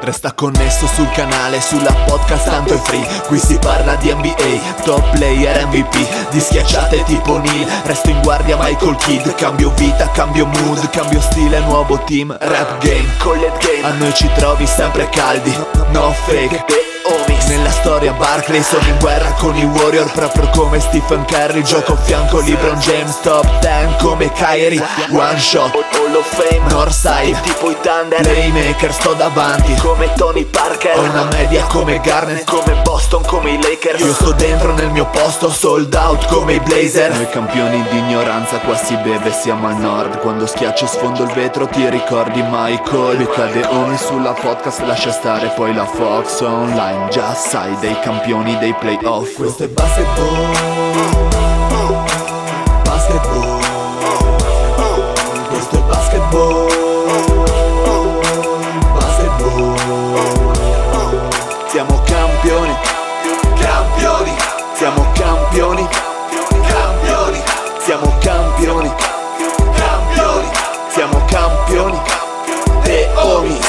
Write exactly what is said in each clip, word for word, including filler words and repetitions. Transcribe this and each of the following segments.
Resta connesso sul canale, sulla podcast tanto è free. Qui si parla di N B A, top player M V P, di schiacciate tipo Neil. Resto in guardia Michael Kidd, cambio vita, cambio mood, cambio stile, nuovo team. Rap game, collet game, a noi ci trovi sempre caldi, no fake. Nella storia Barkley sono in guerra con i Warrior, proprio come Stephen Curry. Gioco a fianco LeBron James, top dieci come Kyrie. One shot, Hall of Fame, Northside, tipo i Thunder. Playmaker, sto davanti come Tony Parker. Ho una media come Garnett, come Boston, come i Lakers. Io sto dentro nel mio posto, sold out come i Blazer. Noi campioni di ignoranza, qua si beve, siamo al nord. Quando schiaccio sfondo il vetro ti ricordi Michael. Mi cade ogni sulla podcast, lascia stare poi la Fox Online. Già sai dei campioni dei playoff. Questo è basketball, basketball. Questo è basketball, basketball. Siamo campioni, campioni. Siamo campioni, campioni. Siamo campioni, campioni. Siamo campioni, The Homies.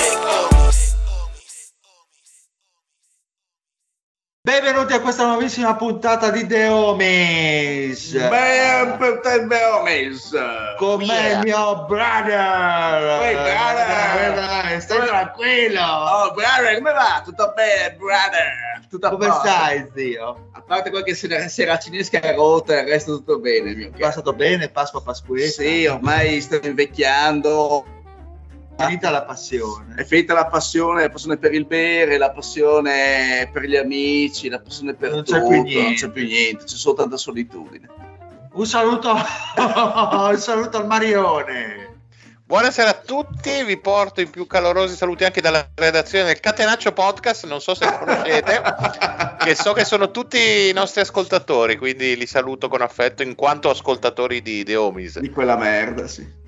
Benvenuti a questa nuovissima puntata di The Homies. Benvenuti a The Homies. Con me il mio brother. Ehi, brother. Stai tranquillo. Oh, brother, come va? Tutto bene, brother? Tutto a Come posto? stai, zio? A parte qualche sera, seracinesca rotta, il resto tutto bene, mio È passato bene, Pasqua Pasquetta? Sì, ormai sto invecchiando. È finita la passione. È finita la passione, la passione per il bere, la passione per gli amici, la passione per Non tutto. c'è più niente. Non c'è più niente, c'è solo tanta solitudine. Un saluto, un saluto al Marione. Buonasera a tutti, vi porto i più calorosi saluti anche dalla redazione del Catenaccio Podcast, non so se conoscete, che so che sono tutti i nostri ascoltatori, quindi li saluto con affetto in quanto ascoltatori di The Homies. Di quella merda, sì.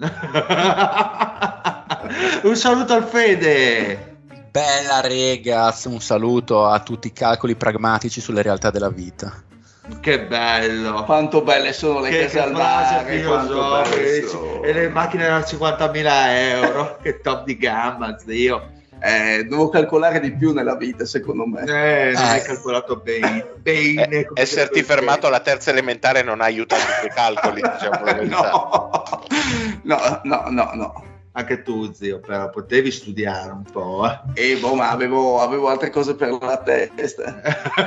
Un saluto al Fede. Bella regas, un saluto a tutti i calcoli pragmatici sulle realtà della vita. Che bello. Quanto belle sono le Che, case che al frase mare, quanto belle filosofiche. sono. E le macchine da cinquantamila euro. Che top di gamma, zio. Eh, devo calcolare di più nella vita, secondo me. Eh, non Eh. hai calcolato bene. bene Eh, come esserti detto fermato alla terza elementare non ha aiutato i tuoi calcoli, diciamo la verità. No, no, no, no, no. Anche tu, zio, però potevi studiare un po'. Eh. E boh, ma avevo, avevo altre cose per la testa.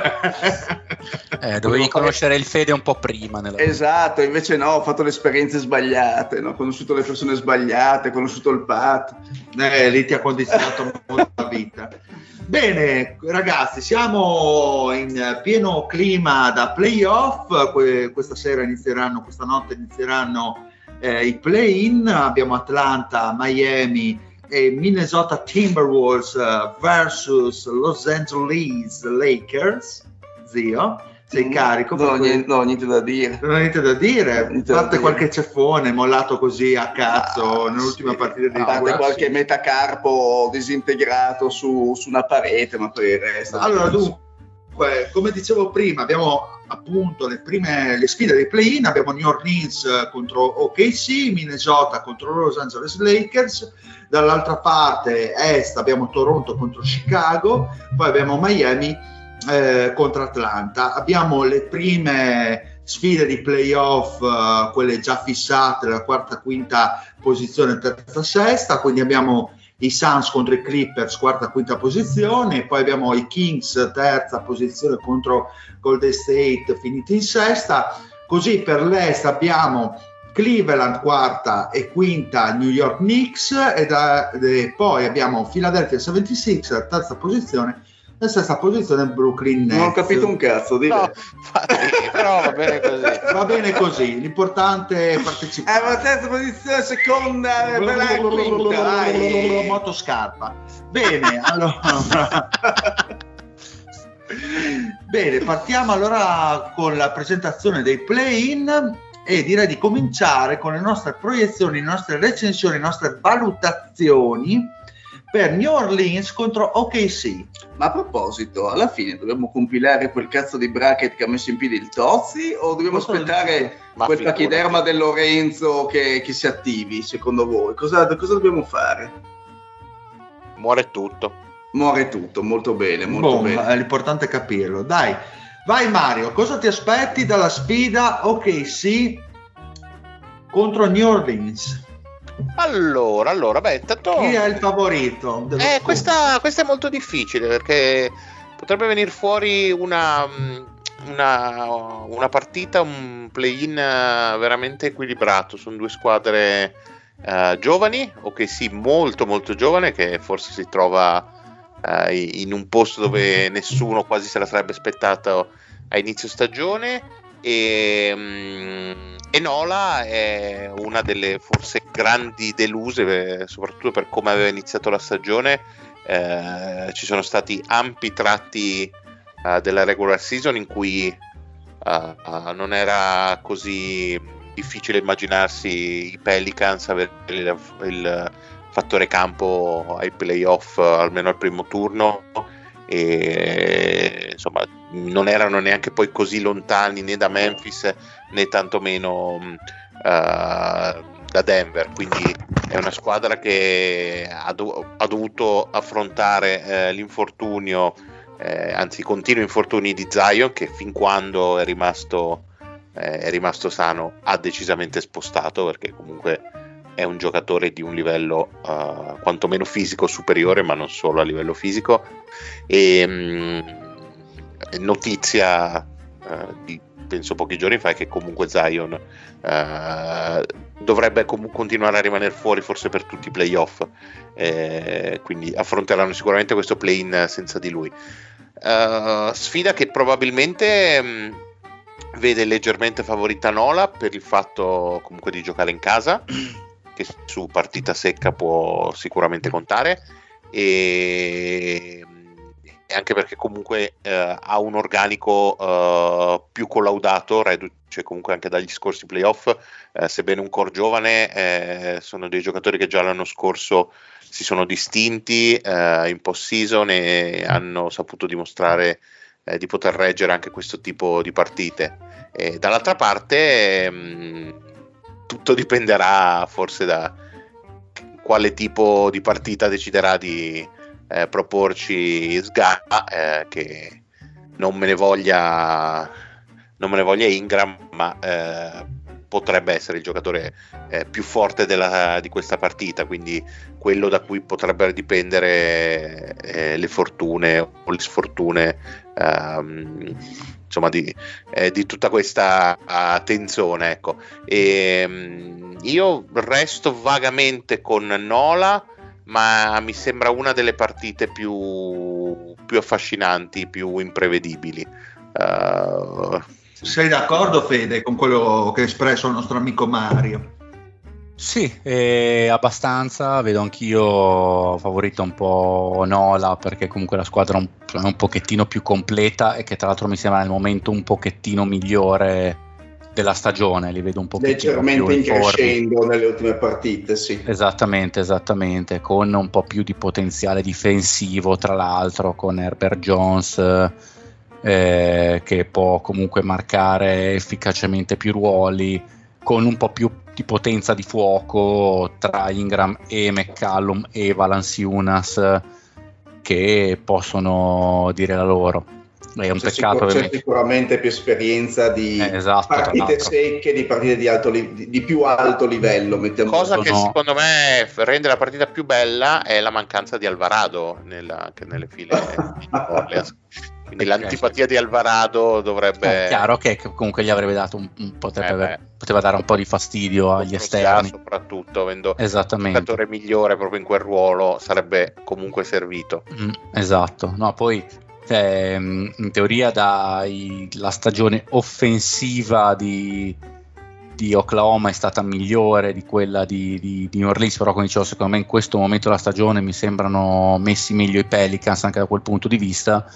Eh, dovevi conoscere il Fede un po' prima nella vita. Esatto, invece no, ho fatto le esperienze sbagliate, no? Ho conosciuto le persone sbagliate, ho conosciuto il Pat. Eh, lì ti ha condizionato molto la vita. Bene, ragazzi, siamo in pieno clima da playoff. Que- questa sera inizieranno, questa notte inizieranno eh, i play-in. Abbiamo Atlanta, Miami e Minnesota Timberwolves uh, versus Los Angeles Lakers. Zio, sei carico? No, Per niente, que- no, niente da dire. Non ho niente da dire, Niente da parte dire. qualche ceffone mollato così a cazzo Ah, nell'ultima sì. partita di A parte due. qualche metacarpo disintegrato su, su una parete, ma per il resto. Allora, dunque, come dicevo prima, abbiamo appunto le prime le sfide dei play-in. Abbiamo New Orleans eh, contro O K C, Minnesota contro Los Angeles Lakers. Dall'altra parte est abbiamo Toronto contro Chicago, poi abbiamo Miami eh, contro Atlanta. Abbiamo le prime sfide di playoff, eh, quelle già fissate, la quarta, quinta posizione, terza, sesta. Quindi abbiamo i Suns contro i Clippers, quarta, quinta posizione, poi abbiamo i Kings, terza posizione contro Golden State, finiti in sesta. Così per l'est abbiamo Cleveland, quarta e quinta, New York Knicks, e, da, e poi abbiamo Philadelphia settantasei, terza posizione, e sesta posizione Brooklyn Nets. Non ho capito un cazzo, di No, infatti, però va bene così. Va bene così, l'importante è partecipare. Eh, ma terza posizione, seconda, per la quinta, dai. Motoscarpa. Bene, allora. Bene, partiamo allora con la presentazione dei play-in e direi di cominciare con le nostre proiezioni, le nostre recensioni, le nostre valutazioni per New Orleans contro O K C. Ma a proposito, alla fine dobbiamo compilare quel cazzo di bracket che ha messo in piedi il Tozzi o dobbiamo Cosa aspettare Ma quel figurati. pachiderma del Lorenzo che, che si attivi, secondo voi? Cosa, cosa dobbiamo fare? Muore tutto. muore tutto, molto bene, molto Boom, bene. L'importante è capirlo. Dai, vai Mario, cosa ti aspetti dalla sfida O K C contro New Orleans? Allora, allora, beh, intanto... Chi è il favorito? dello Eh, scontro? questa, questa è molto difficile perché potrebbe venire fuori una, una, una partita, un play-in veramente equilibrato. Sono due squadre uh, giovani, o che sì, molto molto giovane, che forse si trova uh, in un posto dove nessuno quasi se la sarebbe aspettato a inizio stagione. E, um, e Nola è una delle forse grandi deluse, soprattutto per come aveva iniziato la stagione. Eh, ci sono stati ampi tratti uh, della regular season in cui uh, uh, non era così difficile immaginarsi i Pelicans avere il, il fattore campo ai playoff, almeno al primo turno, e insomma non erano neanche poi così lontani né da Memphis né tantomeno uh, da Denver, quindi è una squadra che ha, do- ha dovuto affrontare eh, l'infortunio, eh, anzi i continui infortuni di Zion, che fin quando è rimasto, eh, è rimasto sano ha decisamente spostato, perché comunque è un giocatore di un livello uh, quantomeno fisico superiore, ma non solo a livello fisico. E mh, notizia uh, di penso pochi giorni fa è che comunque Zion uh, dovrebbe com- continuare a rimanere fuori forse per tutti i playoff, eh, quindi affronteranno sicuramente questo play-in senza di lui. Uh, sfida che probabilmente mh, vede leggermente favorita Nola per il fatto comunque di giocare in casa, che su partita secca può sicuramente contare, e anche perché comunque eh, ha un organico eh, più collaudato, reduce comunque anche dagli scorsi playoff, eh, sebbene un core giovane, eh, sono dei giocatori che già l'anno scorso si sono distinti eh, in post-season e hanno saputo dimostrare eh, di poter reggere anche questo tipo di partite. E dall'altra parte mh, tutto dipenderà forse da quale tipo di partita deciderà di Eh, proporci S G A, eh, che non me ne voglia non me ne voglia Ingram, ma eh, potrebbe essere il giocatore eh, più forte della, di questa partita, quindi quello da cui potrebbero dipendere eh, le fortune o le sfortune ehm, insomma di, eh, di tutta questa uh, tensione, ecco. E, um, io resto vagamente con Nola, ma mi sembra una delle partite più, più affascinanti, più imprevedibili. Uh, Sei d'accordo, Fede, con quello che ha espresso il nostro amico Mario? Sì, eh, abbastanza. Vedo anch'io favorita un po' Nola, perché comunque la squadra è un, è un pochettino più completa e che tra l'altro mi sembra nel momento un pochettino migliore della stagione, li vedo un po' leggermente in crescendo nelle ultime partite, sì. Esattamente, esattamente, con un po' più di potenziale difensivo, tra l'altro con Herbert Jones eh, che può comunque marcare efficacemente più ruoli, con un po' più di potenza di fuoco tra Ingram e McCallum e Valanciunas, che possono dire la loro. È un c'è peccato, sicur- c'è sicuramente più esperienza di eh, esatto, partite secche, di partite di, alto li- di, di più alto livello, mettiamo cosa sono... che secondo me rende la partita più bella è la mancanza di Alvarado nella, anche nelle file di New Orleans. Quindi okay, l'antipatia di Alvarado dovrebbe è chiaro che comunque gli avrebbe dato un, un potrebbe eh aver, poteva dare un po' di fastidio agli esterni, soprattutto avendo un esattamente. giocatore migliore proprio in quel ruolo sarebbe comunque servito. Mm, esatto, no, poi cioè, in teoria dai, la stagione offensiva di, di Oklahoma è stata migliore di quella di, di, di New Orleans, però come dicevo, secondo me in questo momento della stagione mi sembrano messi meglio i Pelicans anche da quel punto di vista,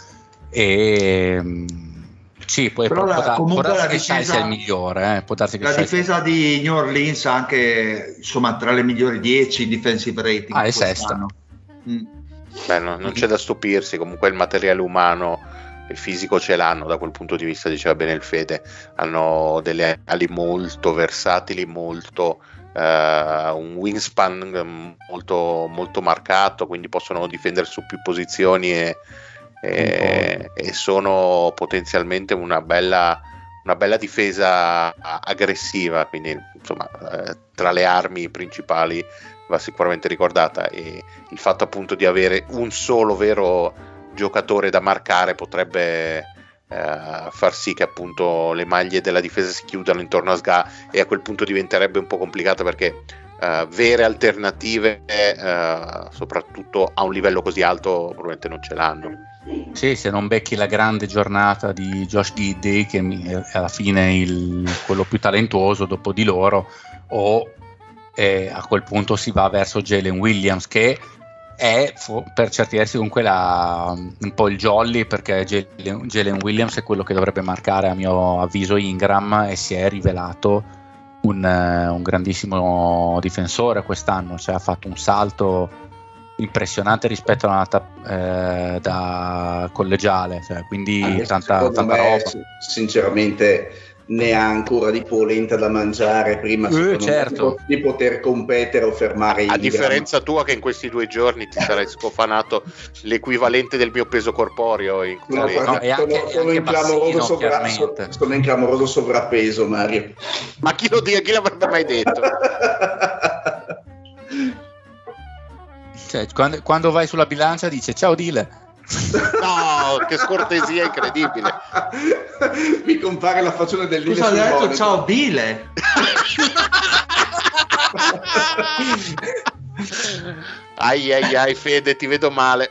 e sì, poi però può, la, può, può darsi la che difesa, sia il migliore, eh, può darsi che la sia difesa il... di New Orleans anche insomma tra le migliori dieci defensive rating, ah, è sesta. Mm. Beh, no, non c'è da stupirsi, comunque il materiale umano e fisico ce l'hanno, da quel punto di vista diceva bene il Fede, hanno delle ali molto versatili, molto uh, un wingspan molto, molto marcato, quindi possono difendere su più posizioni e, e, e sono potenzialmente una bella, una bella difesa aggressiva, quindi insomma eh, tra le armi principali va sicuramente ricordata, e il fatto appunto di avere un solo vero giocatore da marcare potrebbe Uh, far sì che appunto le maglie della difesa si chiudano intorno a Sga, e a quel punto diventerebbe un po' complicato, perché uh, vere alternative uh, soprattutto a un livello così alto probabilmente non ce l'hanno. Sì, se non becchi la grande giornata di Josh Giddey, che è alla fine il, quello più talentuoso dopo di loro, o eh, a quel punto si va verso Jalen Williams, che è per certi versi comunque la, un po' il jolly, perché Jalen, Jalen Williams è quello che dovrebbe marcare a mio avviso Ingram, e si è rivelato un, un grandissimo difensore quest'anno, cioè ha fatto un salto impressionante rispetto all'annata eh, da collegiale, cioè, quindi Anche tanta, tanta me, roba. Sinceramente ne ha ancora di polenta da mangiare prima eh, certo. di poter competere o fermare a il differenza tua, che in questi due giorni ti sarai scofanato l'equivalente del mio peso corporeo in no, no, e anche, sono, sono, in bassino, sovra, sono in clamoroso sovrappeso, Mario. Ma chi lo dice, chi l'avrebbe mai detto? Cioè, quando, quando vai sulla bilancia dice ciao Dile. No, che scortesia incredibile. Mi compare la faccione del Dile. Cosa ha detto? Ciao Dile. ai ai ai Fede, ti vedo male.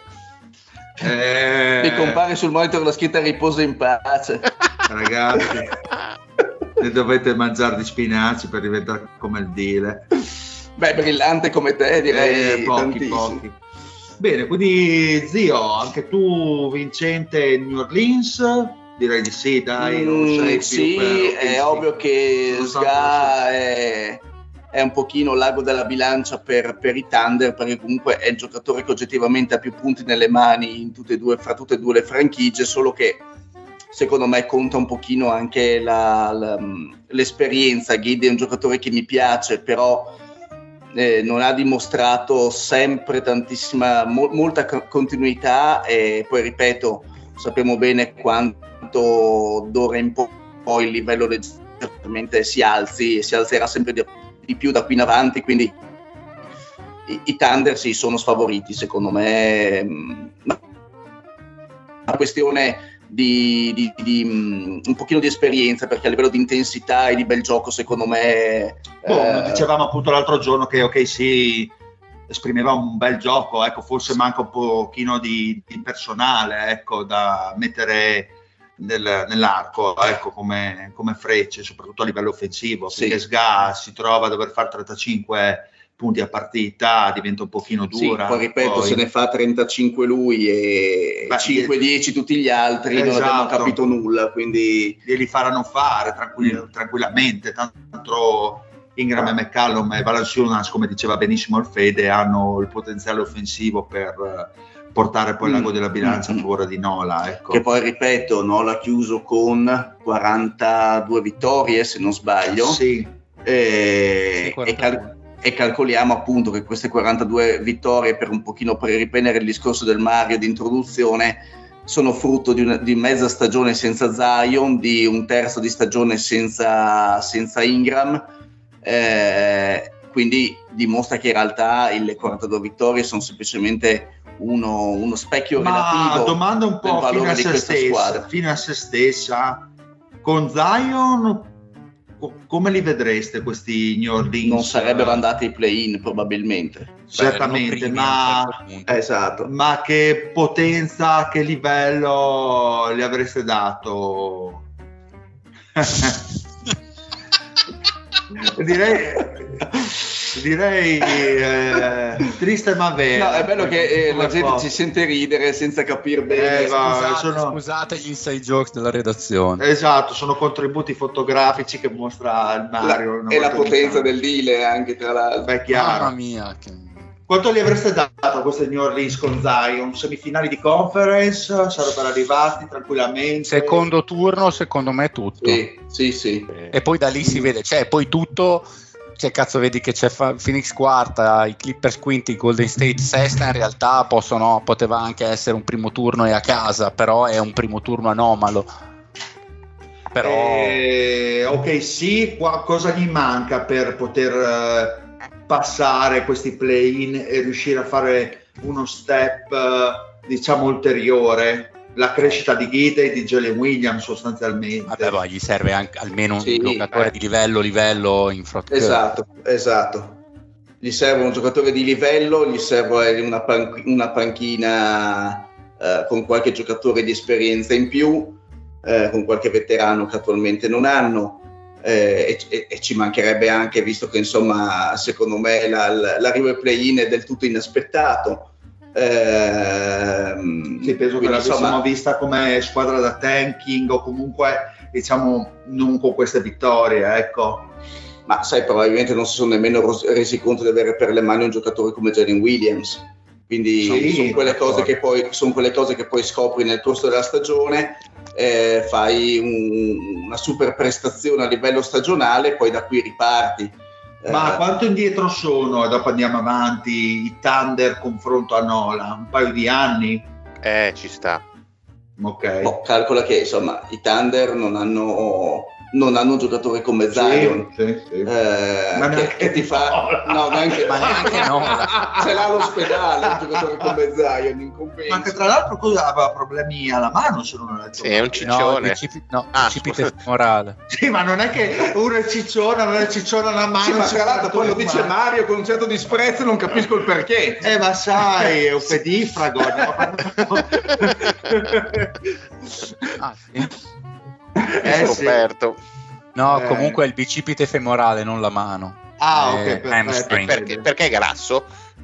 Eh... Mi compare sul monitor la scritta riposo in pace. Ragazzi, ne dovete mangiare di spinaci per diventare come il Dile. Beh, brillante come te, direi. Eh, pochi, pochi. Bene, quindi zio, anche tu vincente New Orleans? Direi di sì, dai. Non mm, sei sì, più per, è sì. Ovvio che Sga è, è un pochino l'ago della bilancia per, per i Thunder, perché comunque è il giocatore che oggettivamente ha più punti nelle mani in tutte e due, fra tutte e due le franchigie, solo che secondo me conta un pochino anche la, la, l'esperienza. Giddey è un giocatore che mi piace, però Eh, non ha dimostrato sempre tantissima, mo- molta co- continuità, e poi ripeto, sappiamo bene quanto d'ora in po- poi il livello leggermente si alzi, e si alzerà sempre di, di più da qui in avanti, quindi i, i Thunder sì, sono sfavoriti secondo me. Ma una questione Di, di, di um, un pochino di esperienza, perché a livello di intensità e di bel gioco secondo me boh, eh... dicevamo appunto l'altro giorno che ok sì, esprimeva un bel gioco, ecco, forse manca un pochino di, di personale, ecco, da mettere nel, nell'arco, ecco, come, come frecce, soprattutto a livello offensivo, sì. Perché Sga si trova a dover fare trentacinque punti a partita, diventa un pochino dura. Sì, poi ripeto, poi... se ne fa trentacinque lui e Beh, cinque dieci tutti gli altri, esatto. Non abbiamo capito nulla, quindi li faranno fare tranquill- mm. tranquillamente, tanto Ingram e McCallum e Valanciunas, come diceva benissimo il Fede, hanno il potenziale offensivo per portare poi mm. l'ago della bilancia mm. a favore di Nola, ecco. Che poi ripeto, Nola ha chiuso con quarantadue vittorie se non sbaglio, sì. e, e cal- e calcoliamo appunto che queste quarantadue vittorie, per un pochino per riprendere il discorso del Mario di introduzione, sono frutto di, una, di mezza stagione senza Zion, di un terzo di stagione senza, senza Ingram, eh, quindi dimostra che in realtà le quarantadue vittorie sono semplicemente uno, uno specchio Ma relativo. Domanda un po' fino a, se stessa, fino a se stessa, con Zion come li vedreste questi New Orleans? Non sarebbero andati ai play-in probabilmente. Certamente, Beh, ma, esatto. ma che potenza, che livello gli avreste dato? direi direi eh, triste ma vero. No, è bello che eh, la gente ci sente ridere senza capire bene. Eh, scusate, sono... scusate gli inside jokes della redazione. Esatto, sono contributi fotografici che mostra il Mario. La, e la potenza del Dile anche, tra l'altro. Beh, chiaro. Mamma mia, che... Quanto gli avreste dato a queste New Orleans con Zion? Semifinali di conference? Sarebbero arrivati tranquillamente? Secondo turno, secondo me tutto. Sì, sì, sì. E poi da lì si vede, cioè poi tutto cioè, cazzo, vedi che c'è fa- Phoenix quarta, i Clippers quinti, Golden State sesta, in realtà possono, poteva anche essere un primo turno e a casa, però è un primo turno anomalo. Però eh, ok, sì, qua, cosa gli manca per poter uh, passare questi play-in e riuscire a fare uno step uh, diciamo ulteriore? La crescita di Giddey e di Jalen Williams sostanzialmente. Vabbè, ma gli serve anche almeno un Sì, giocatore eh. di livello livello in front court. Esatto, esatto. Gli serve un giocatore di livello, gli serve una, pan- una panchina eh, con qualche giocatore di esperienza in più, eh, con qualche veterano che attualmente non hanno, eh, e, e, e ci mancherebbe anche, visto che insomma secondo me la, l'arrivo ai play-in è del tutto inaspettato. Eh, sì, penso che l'avessimo vista come squadra da tanking o comunque diciamo non con queste vittorie, ecco. Ma sai, probabilmente non si sono nemmeno resi conto di avere per le mani un giocatore come Jalen Williams, quindi sì, sono, quelle cose che poi, sono quelle cose che poi scopri nel corso della stagione, eh, fai un, una super prestazione a livello stagionale, poi da qui riparti. Ma quanto indietro sono, e dopo andiamo avanti, i Thunder confronto a Nola? Un paio di anni? Eh, ci sta. Ok. Oh, calcola che insomma i Thunder non hanno non hanno un giocatore come Zion, sì, sì, sì. Eh, ma che, che ti fa no, neanche, ma neanche no. Ce l'ha all'ospedale un giocatore come Zion in compenso. Ma che tra l'altro cosa aveva problemi alla mano, se non ho letto. Sì, è un ciccione. No, bicipi- no ah, bicipite femorale. Sì, ma non è che uno è ciccione, non è ciccione alla mano. Sì, ma tra l'altro poi lo dice Mario con un certo disprezzo, non capisco il perché. Eh, ma sai, è un pedifrago. Ah, sì. Eh, scoperto. sì. No, eh. comunque è il bicipite femorale, non la mano. Ah, eh, ok, perfetto. Perché, perché è grasso?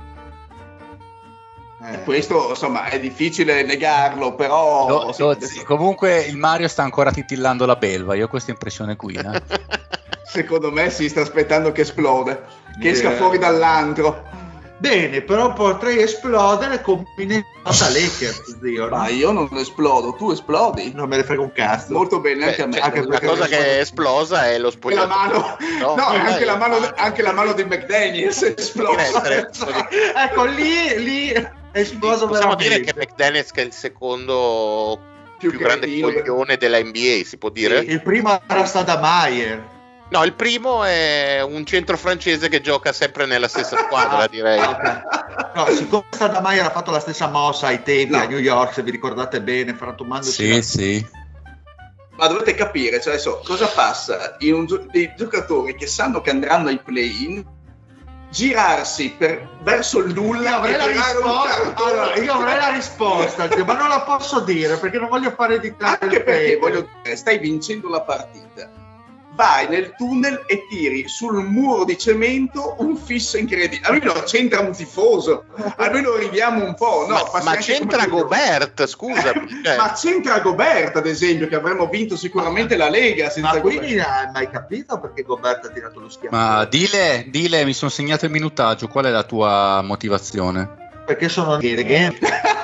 Eh. Questo insomma è difficile negarlo, però Lo, sì, lo, adesso... comunque il Mario sta ancora titillando la belva, io ho questa impressione qui, eh. Secondo me si sta aspettando che esplode, che esca Yeah. fuori dall'antro. Bene, però potrei esplodere con Minnesota Lakers, zio. Ma io non esplodo, tu esplodi. Non me ne frega un cazzo. Molto bene, anche Beh, a me. cioè, Anche la perché cosa che è esplosa è lo anche la spogliatoio. mano, no, No, anche, dai, la mano, ma- anche la mano di McDaniels è esplosa. Ecco, lì, lì è esploso Possiamo veramente. dire che McDaniels che è il secondo Più più, grande cretino. coglione della N B A, si può dire? Il primo era Stoudemire. No, il primo è un centro francese che gioca sempre nella stessa squadra, direi. No, siccome Stoudemire ha fatto la stessa mossa ai tempi No. a New York, se vi ricordate bene, frantumandosi Sì, la- sì. Ma dovete capire, cioè adesso, cosa passa in un gio- dei giocatori che sanno che andranno ai play-in, girarsi per, verso il nulla. Io avrei e la tirare un risposta, cartone. allora, io avrei la risposta, ma non la posso dire perché non voglio fare di Anche perché voglio dire, stai vincendo la partita, vai nel tunnel e tiri sul muro di cemento un fisso incredibile. Almeno c'entra un tifoso, almeno ridiamo un po'. No, ma passi ma anche c'entra come Gobert, scusa. cioè. Ma c'entra Gobert, ad esempio, che avremmo vinto sicuramente la Lega senza Ma Gobert. quindi hai mai capito perché Gobert ha tirato lo schiaffo? Ma dile, dile, mi sono segnato il minutaggio, qual è la tua motivazione? Perché sono gay.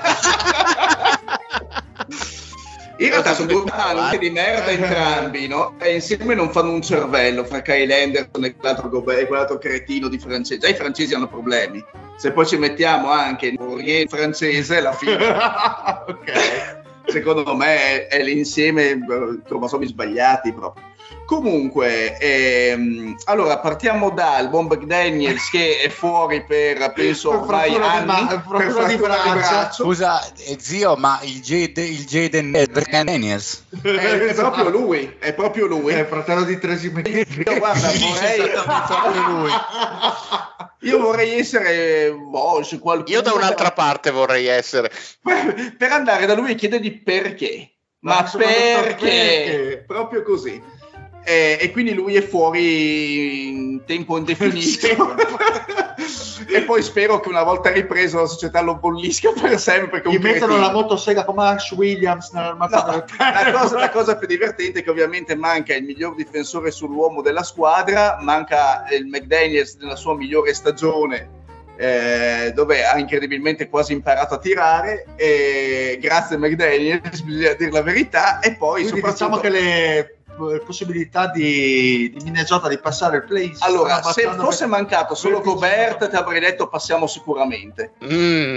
In realtà sono due anche di merda entrambi, no? E insieme non fanno un cervello fra Kyle Anderson e quell'altro, Gobert, e quell'altro cretino di francese. Già i francesi hanno problemi. Se poi ci mettiamo anche il Fourier francese, la fine. Ok. Secondo me è, è l'insieme eh, cromosomi sbagliati proprio. Comunque, ehm, allora partiamo dal buon McDaniels che è fuori per penso Per ormai frattura di anni ma- per frattura frattura di di braccio. braccio. Scusa, eh, zio, ma il, Jade, il Jaden Daniels? È, è proprio lui, è proprio lui. È il fratello di Tracy McGrady. Io guarda, vorrei proprio lui. Io vorrei essere boh, se qualcuno Io da un'altra parte vorrei essere. per, per andare da lui e chiedergli perché. Ma, Ma soprattutto perché? perché? Proprio così. E, e quindi lui è fuori in tempo indefinito. E poi spero che una volta ripreso la società lo bollisca per sempre. Che Gli un mettono cretino. la motosega come Ash Williams nell'armazione No, del la, cosa, la cosa più divertente è che ovviamente manca il miglior difensore sull'uomo della squadra, manca il McDaniels nella sua migliore stagione, eh, dove ha incredibilmente quasi imparato a tirare, e grazie a McDaniels bisogna dire la verità, e poi Quindi soprattutto diciamo che le possibilità di, di Minnesota di passare il play? Allora, se fosse per... mancato solo Gobert, ti avrei detto passiamo sicuramente. Mm.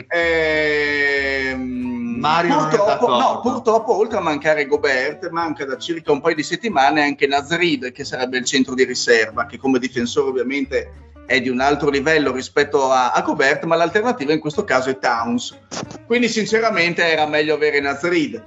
Ehm, Mario purtroppo, no, purtroppo, oltre a mancare Gobert, manca da circa un paio di settimane anche Naz Reid, che sarebbe il centro di riserva, che come difensore ovviamente è di un altro livello rispetto a, a Gobert, ma l'alternativa in questo caso è Towns. Quindi sinceramente era meglio avere Naz Reid.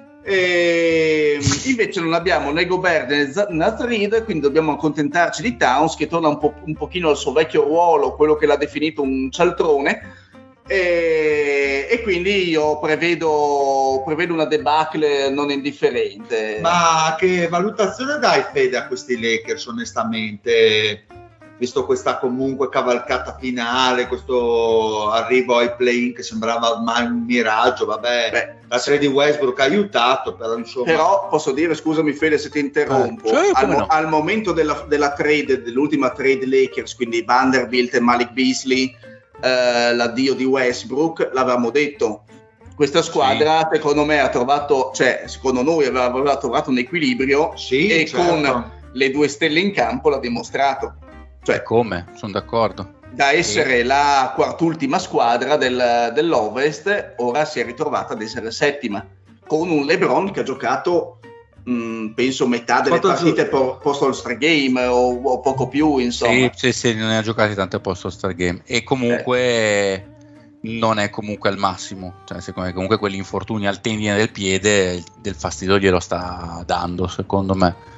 E invece non abbiamo né Gobert né Naz Reid, quindi dobbiamo accontentarci di Towns, che torna un, po', un pochino al suo vecchio ruolo, quello che l'ha definito un cialtrone, e, e quindi io prevedo, prevedo una debacle non indifferente. Ma che valutazione dai, Fede, a questi Lakers onestamente, visto questa comunque cavalcata finale, questo arrivo ai play-in che sembrava ormai un miraggio? Vabbè, Beh, la trade di Westbrook ha aiutato, però insomma... Però posso dire, scusami Fede se ti interrompo, eh, cioè, al, no. al momento della, della trade, dell'ultima trade Lakers, quindi Vanderbilt e Malik Beasley, eh, l'addio di Westbrook, l'avevamo detto, questa squadra sì. secondo me ha trovato, cioè secondo noi aveva, aveva trovato un equilibrio, sì, e certo. con le due stelle in campo l'ha dimostrato. Cioè, come? Sono d'accordo. Da essere sì. la quart'ultima squadra del, dell'Ovest, ora si è ritrovata ad essere settima, con un LeBron che ha giocato, mh, penso, metà delle Quanto partite po- post All-Star Game o, o poco più, insomma. Sì, sì, sì, non ne ha giocati tante post All-Star Game. E comunque eh. non è comunque al massimo. Cioè, secondo me, comunque quegli infortuni al tendine del piede, del fastidio glielo sta dando, secondo me.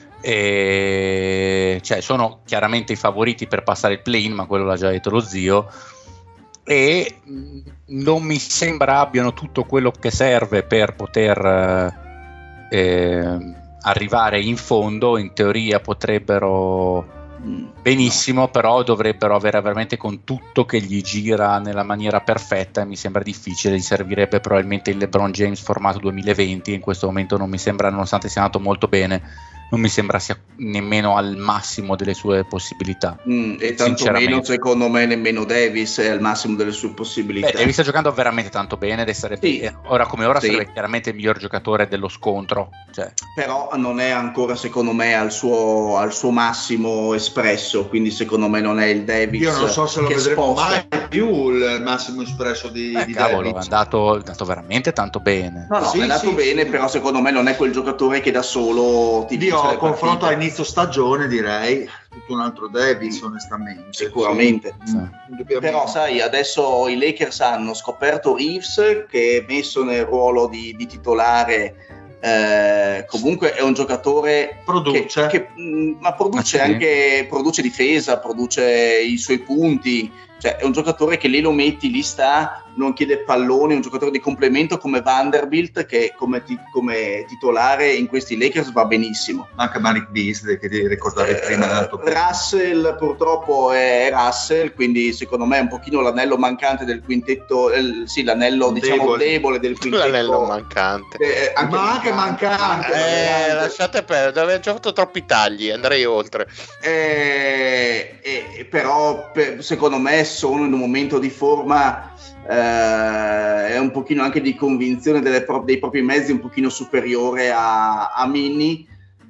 E cioè sono chiaramente i favoriti per passare il play-in, ma quello l'ha già detto lo zio, e non mi sembra abbiano tutto quello che serve per poter eh, arrivare in fondo. In teoria potrebbero benissimo, però dovrebbero avere veramente con tutto che gli gira nella maniera perfetta, e mi sembra difficile. Gli servirebbe probabilmente il LeBron James formato duemilaventi, in questo momento non mi sembra, nonostante sia andato molto bene, non mi sembra sia nemmeno al massimo delle sue possibilità. Mm, e tanto meno, secondo me, nemmeno Davis è al massimo delle sue possibilità. Beh, Davis sta giocando veramente tanto bene ed essere sì. ora come ora sì. sarebbe chiaramente il miglior giocatore dello scontro. Cioè. Però non è ancora, secondo me, al suo, al suo massimo espresso, quindi secondo me non è il Davis. Io non so se lo vedremo sposta. mai più il massimo espresso di, eh, di cavolo, Davis. è andato, è andato veramente tanto bene. No, no, sì, è andato sì, bene, sì. però secondo me non è quel giocatore che da solo ti Io vince confronto a inizio stagione, direi tutto un altro Davis, onestamente. Sicuramente. Sì. Mm, però sai, adesso i Lakers hanno scoperto Reeves, che è messo nel ruolo di, di titolare. Eh, comunque è un giocatore produce che, che, mh, ma produce anche produce difesa, produce i suoi punti, cioè è un giocatore che lì lo metti, lì sta, non chiede palloni, è un giocatore di complemento come Vanderbilt, che come, ti, come titolare in questi Lakers va benissimo. Anche Malik Beasley, che ti ricordavi eh, prima dato Russell purtroppo è Russell, quindi secondo me è un pochino l'anello mancante del quintetto, eh, sì, l'anello diciamo debole, debole del quintetto, l'anello mancante, eh, anche ma anche mancante, eh, lasciate perdere, aveva già fatto troppi tagli, andrei oltre. eh, eh, però per, secondo me sono in un momento di forma eh, è un pochino anche di convinzione delle pro- dei propri mezzi un pochino superiore a, a Minnie,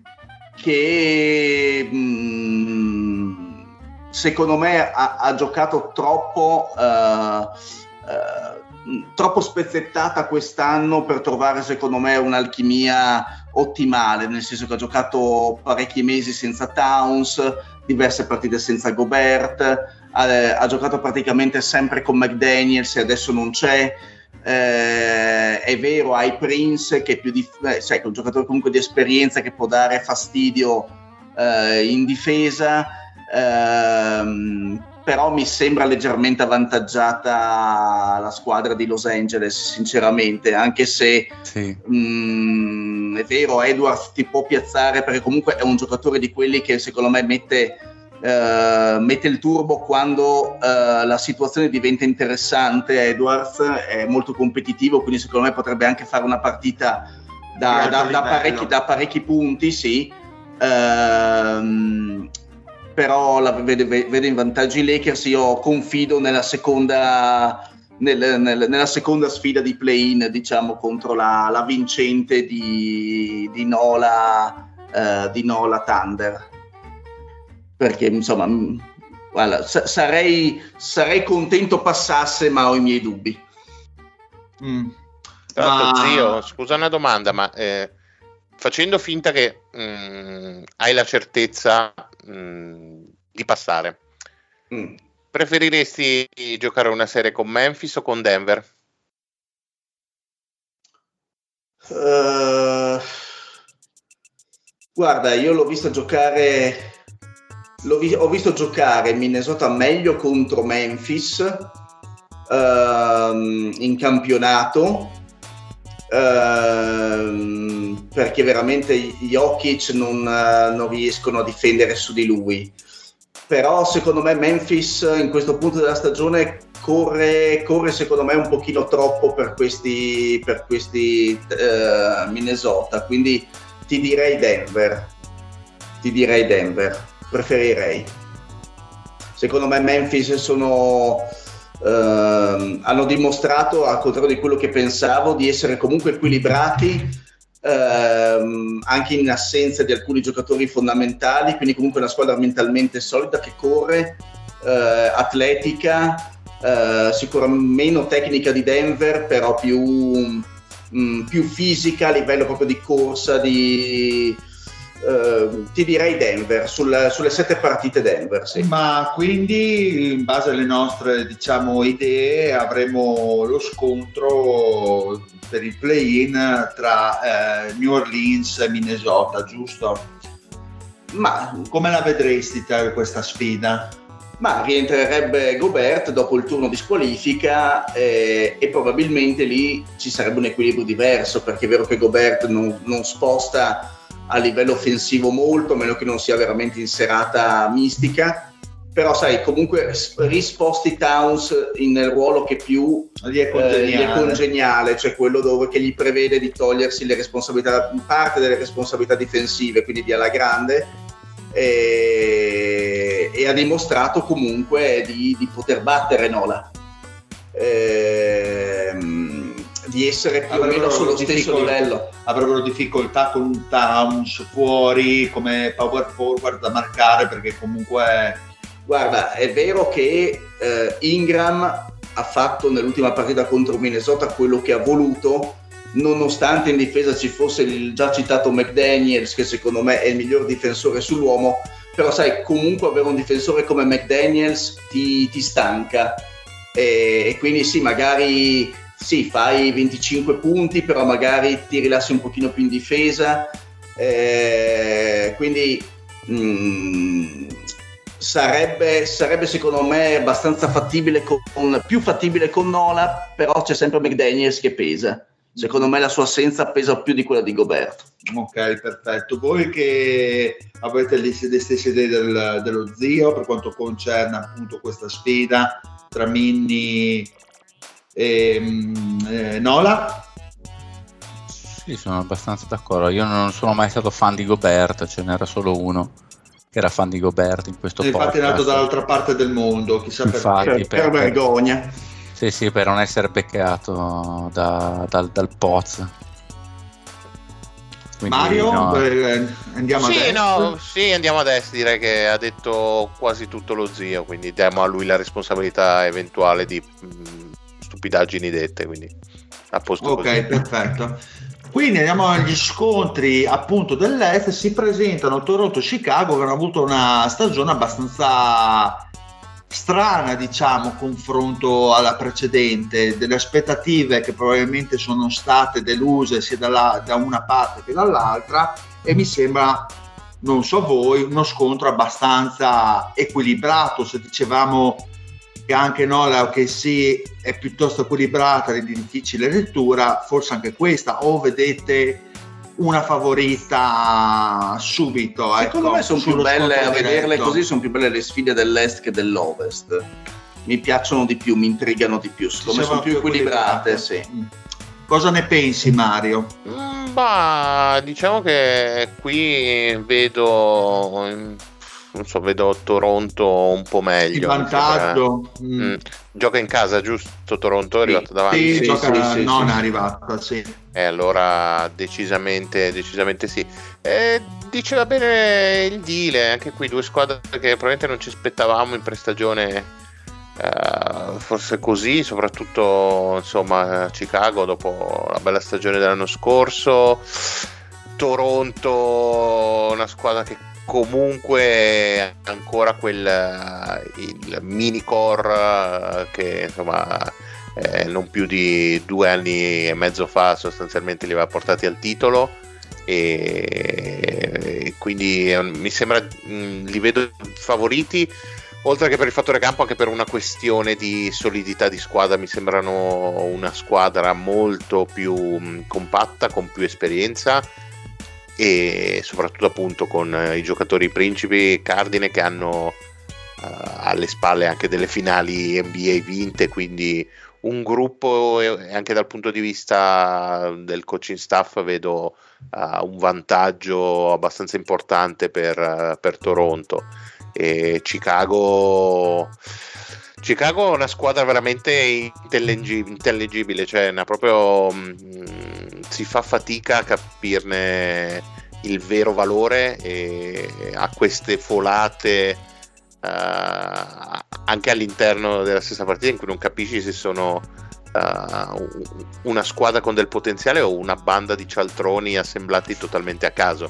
che mh, secondo me ha, ha giocato troppo eh, eh, troppo spezzettata quest'anno per trovare secondo me un'alchimia ottimale, nel senso che ha giocato parecchi mesi senza Towns, diverse partite senza Gobert, ha, ha giocato praticamente sempre con McDaniels e adesso non c'è. Eh, è vero, hai Prince che è più dif- eh, sai, che è un giocatore comunque di esperienza che può dare fastidio eh, in difesa, ehm, però mi sembra leggermente avvantaggiata la squadra di Los Angeles, sinceramente, anche se sì. mh, è vero, Edwards ti può piazzare perché comunque è un giocatore di quelli che secondo me mette Uh, mette il turbo quando uh, la situazione diventa interessante. Edwards è molto competitivo, quindi secondo me potrebbe anche fare una partita da, da, da, parecchi, da parecchi punti, sì. Uh, però la vedo, vedo in vantaggio i Lakers. Io confido nella seconda nel, nel, nella seconda sfida di play-in, diciamo, contro la, la vincente di, di Nola uh, di Nola Thunder, perché insomma guarda, sa- sarei, sarei contento passasse, ma ho i miei dubbi. Mm. Tra l'altro, Ma- zio, scusa una domanda, ma eh, facendo finta che mh, hai la certezza mh, di passare, Mm. preferiresti giocare una serie con Memphis o con Denver? Uh, guarda, io l'ho visto giocare l'ho vi- ho visto giocare Minnesota meglio contro Memphis ehm, in campionato, ehm, perché veramente gli Jokic non, eh, non riescono a difendere su di lui. Però secondo me Memphis in questo punto della stagione corre, corre secondo me un pochino troppo per questi, per questi eh, Minnesota, quindi ti direi Denver, ti direi Denver, preferirei. Secondo me Memphis sono, ehm, hanno dimostrato, al contrario di quello che pensavo, di essere comunque equilibrati, ehm, anche in assenza di alcuni giocatori fondamentali, quindi comunque una squadra mentalmente solida che corre, eh, atletica, eh, sicuramente meno tecnica di Denver, però più, mh, più fisica a livello proprio di corsa, di... Uh, ti direi Denver, sul, sulle sette partite Denver, sì. Ma quindi in base alle nostre, diciamo, idee avremo lo scontro per il play-in tra eh, New Orleans e Minnesota, giusto? Ma, Come la vedresti te questa sfida? ma rientrerebbe Gobert dopo il turno di squalifica, eh, e probabilmente lì ci sarebbe un equilibrio diverso, perché è vero che Gobert non, non sposta a livello offensivo molto, a meno che non sia veramente in serata mistica, però sai, comunque risposti Towns in, nel ruolo che più Gli è congeniale, eh, gli è congeniale, cioè quello dove che gli prevede di togliersi le responsabilità, parte delle responsabilità difensive, quindi di alla grande, e, e ha dimostrato comunque di, di poter battere Nola, ehm, di essere più o meno sullo stesso livello. Avrebbero difficoltà con un Towns fuori come power forward da marcare, perché comunque Guarda, è vero che eh, Ingram ha fatto nell'ultima partita contro Minnesota quello che ha voluto, nonostante in difesa ci fosse il già citato McDaniels, che secondo me è il miglior difensore sull'uomo, però sai, comunque avere un difensore come McDaniels ti, ti stanca, e, e quindi sì, magari sì, fai venticinque punti, però magari ti rilassi un pochino più in difesa, eh, quindi mh, sarebbe, sarebbe secondo me abbastanza fattibile con, più fattibile con Nola, però c'è sempre McDaniels che pesa. Secondo me la sua assenza pesa più di quella di Gobert. ok, perfetto. Voi che avete le, le stesse idee del, dello zio per quanto concerne appunto questa sfida tra Minnie e eh, Nola? Sì, sono abbastanza d'accordo. Io non sono mai stato fan di Gobert, ce n'era solo uno che era fan di Gobert in questo Infatti podcast. è nato dall'altra parte del mondo, chissà Infatti, perché. Per, per vergogna. Sì, sì, per non essere beccato da, dal, dal Poz. Quindi, Mario, no. eh, andiamo Sì, adesso. no, sì, andiamo adesso. Direi che ha detto quasi tutto lo zio, quindi diamo a lui la responsabilità eventuale di mh, stupidaggini dette. Quindi a posto Ok, così. perfetto. Quindi andiamo agli scontri appunto dell'Est. Si presentano Toronto e Chicago, che hanno avuto una stagione abbastanza strana, diciamo, confronto alla precedente, delle aspettative che probabilmente sono state deluse sia dalla, da una parte che dall'altra, e mi sembra, non so voi, uno scontro abbastanza equilibrato. Se dicevamo che anche Nola che sì è piuttosto equilibrata e di difficile lettura, forse anche questa o vedete una favorita subito. Secondo ecco, me sono più sullo belle, scontro a vederle diretto. così, sono più belle le sfide dell'Est che dell'Ovest. Mi piacciono di più, mi intrigano di più, secondo me sono più equilibrate, sì. Cosa ne pensi, Mario? Mm, bah, diciamo che qui vedo non so, vedo Toronto un po' meglio. Il vantaggio. Mm. Mm. Gioca in casa, giusto? Toronto è arrivato sì, davanti. Sì, sì, gioca, sì, sì, non sì. è arrivato, sì. E eh, allora decisamente, decisamente sì. Eh, diceva bene il Dile, anche qui due squadre che probabilmente non ci aspettavamo in prestagione. Uh, forse così, soprattutto insomma Chicago dopo la bella stagione dell'anno scorso, Toronto una squadra che comunque ha ancora quel il mini core che insomma eh, non più di due anni e mezzo fa sostanzialmente li aveva portati al titolo, e quindi eh, mi sembra mh, li vedo favoriti, oltre che per il fattore campo anche per una questione di solidità di squadra. Mi sembrano una squadra molto più mh, compatta, con più esperienza e soprattutto appunto con eh, i giocatori principi cardine che hanno uh, alle spalle anche delle finali N B A vinte, quindi un gruppo, e anche dal punto di vista del coaching staff vedo uh, un vantaggio abbastanza importante per, uh, per Toronto. E Chicago Chicago è una squadra veramente intellegib- intellegibile, cioè una proprio mh, si fa fatica a capirne il vero valore, e ha queste folate uh, anche all'interno della stessa partita in cui non capisci se sono uh, una squadra con del potenziale o una banda di cialtroni assemblati totalmente a caso.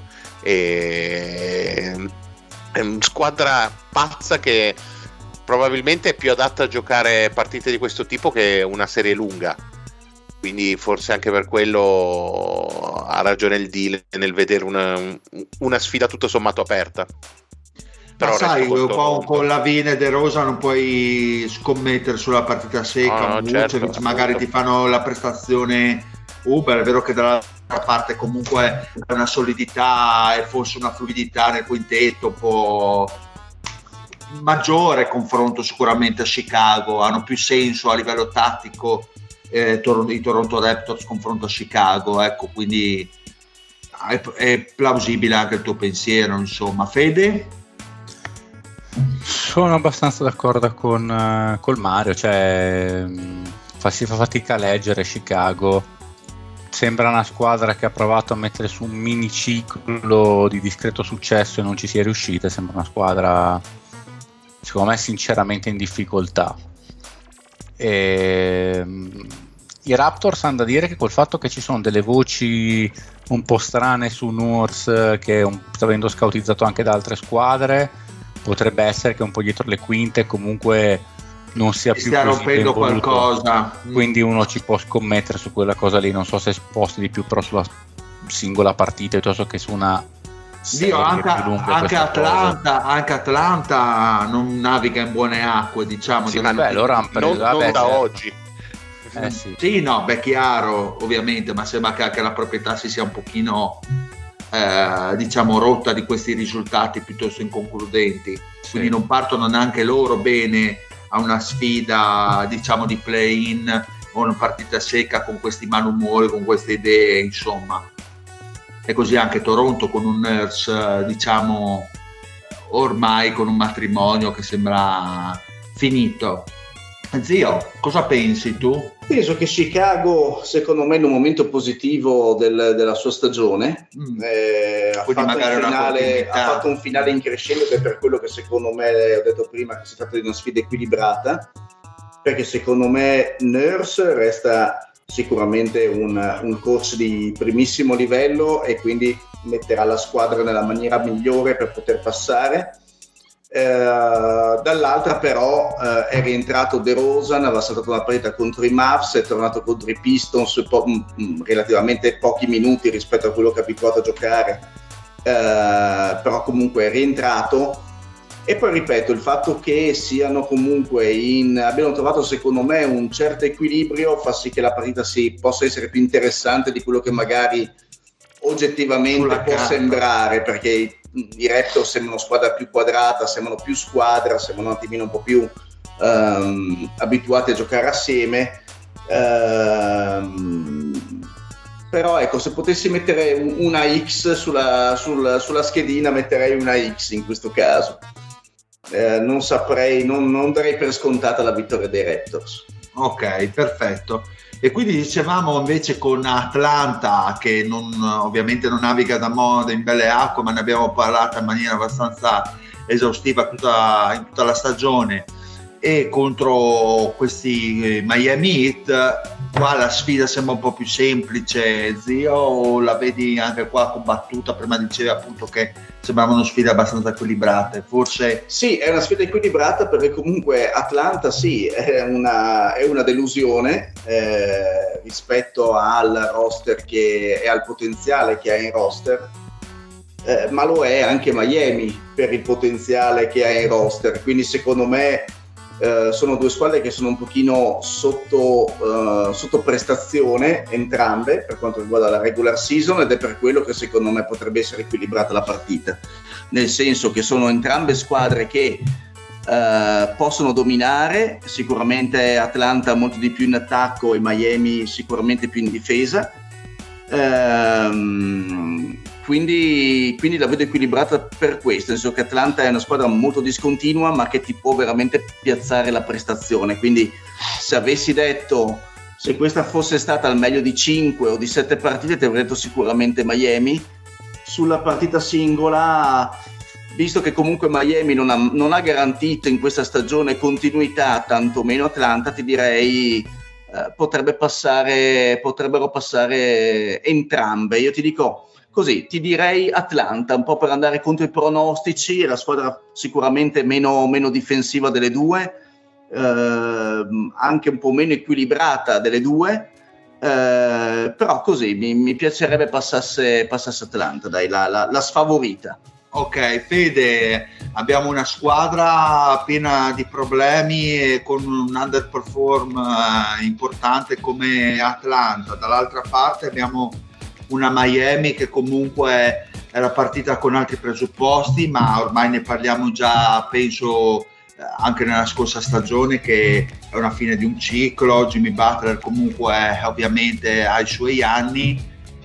E è una squadra pazza che probabilmente è più adatta a giocare partite di questo tipo che una serie lunga, quindi forse anche per quello ha ragione il deal nel vedere una, una sfida tutto sommato aperta. Però ma sai, con, molto... con la Vine De Rosa non puoi scommettere sulla partita secca, no, no, certo, Vucevic, magari ti fanno la prestazione Uber, è vero che dall'altra parte comunque è una solidità e forse una fluidità nel quintetto un po' maggiore confronto sicuramente a Chicago, hanno più senso a livello tattico eh, Tor- i Toronto Raptors confronto a Chicago, ecco, quindi è, è plausibile anche il tuo pensiero, insomma. Fede? Sono abbastanza d'accordo con uh, col Mario, cioè fa, si fa fatica a leggere Chicago, sembra una squadra che ha provato a mettere su un mini ciclo di discreto successo e non ci sia riuscita, sembra una squadra secondo me sinceramente in difficoltà. E, um, i Raptors hanno da dire che col fatto che ci sono delle voci un po' strane su Nurse, che un, sta venendo scoutizzato anche da altre squadre, potrebbe essere che un po' dietro le quinte comunque non sia si più stia così rompendo qualcosa, quindi uno ci può scommettere su quella cosa lì. Non so se sposti di più però sulla singola partita piuttosto che su una Dio, anche, anche, Atlanta, anche Atlanta non naviga in buone acque, diciamo. Sì, vabbè, loro hanno preso, non, vabbè, non da certo. oggi. Eh, sì. sì, no, beh, chiaro, ovviamente, ma sembra che anche la proprietà si sia un pochino eh, diciamo rotta di questi risultati piuttosto inconcludenti, sì. Quindi non partono neanche loro bene a una sfida, diciamo, di play-in o una partita secca con questi malumori, con queste idee, insomma. E così anche Toronto con un Nurse, diciamo, ormai con un matrimonio che sembra finito. Zio, cosa pensi tu? Penso che Chicago, secondo me, in un momento positivo del, della sua stagione, mm. eh, ha, fatto un finale, ha fatto un finale in crescendo, ed è per quello che secondo me, ho detto prima, che si tratta di una sfida equilibrata, perché secondo me Nurse resta sicuramente un, un coach di primissimo livello e quindi metterà la squadra nella maniera migliore per poter passare. Eh, dall'altra però eh, è rientrato De Rozan, aveva saltato una partita contro i Mavs, è tornato contro i Pistons po- m- relativamente pochi minuti rispetto a quello che è abituato a giocare, eh, però comunque è rientrato. E poi ripeto, il fatto che siano comunque in abbiano trovato secondo me un certo equilibrio fa sì che la partita si possa essere più interessante di quello che magari oggettivamente Sulla può carta. sembrare, perché i, i Raptors sembrano squadra più quadrata, sembrano più squadra, sembrano un attimino un po' più um, abituati a giocare assieme, um, però ecco, se potessi mettere una X sulla, sul, sulla schedina, metterei una X in questo caso. Eh, non saprei, non, non darei per scontata la vittoria dei Raptors. Ok, perfetto. E quindi dicevamo invece con Atlanta, che non, ovviamente non naviga da moda in belle acque, ma ne abbiamo parlato in maniera abbastanza esaustiva tutta, in tutta la stagione, e contro questi Miami Heat, qua la sfida sembra un po' più semplice, zio, o la vedi anche qua combattuta? Prima dicevi appunto che sembravano sfide abbastanza equilibrate, forse... Sì, è una sfida equilibrata, perché comunque Atlanta sì, è una, è una delusione eh, rispetto al roster che e al potenziale che ha in roster, eh, ma lo è anche Miami per il potenziale che ha in roster, quindi secondo me Uh, sono due squadre che sono un pochino sotto, uh, sotto prestazione entrambe per quanto riguarda la regular season, ed è per quello che secondo me potrebbe essere equilibrata la partita, nel senso che sono entrambe squadre che uh, possono dominare, sicuramente Atlanta molto di più in attacco e Miami sicuramente più in difesa. Um, Quindi, quindi la vedo equilibrata per questo, nel senso che Atlanta è una squadra molto discontinua, ma che ti può veramente piazzare la prestazione. Quindi se avessi detto, se questa fosse stata al meglio di cinque o di sette partite, ti avrei detto sicuramente Miami. Sulla partita singola, visto che comunque Miami non ha, non ha garantito in questa stagione continuità, tantomeno Atlanta, ti direi eh, potrebbe passare, potrebbero passare entrambe. Io ti dico così, ti direi Atlanta, un po' per andare contro i pronostici, è la squadra sicuramente meno, meno difensiva delle due, eh, anche un po' meno equilibrata delle due, eh, però così mi, mi piacerebbe passasse, passasse Atlanta, dai, la, la, la sfavorita. Ok, Fede, abbiamo una squadra piena di problemi e con un underperform eh, importante come Atlanta, dall'altra parte abbiamo una Miami che comunque era partita con altri presupposti, ma ormai ne parliamo già, penso, anche nella scorsa stagione, che è una fine di un ciclo. Jimmy Butler comunque ovviamente ha i suoi anni.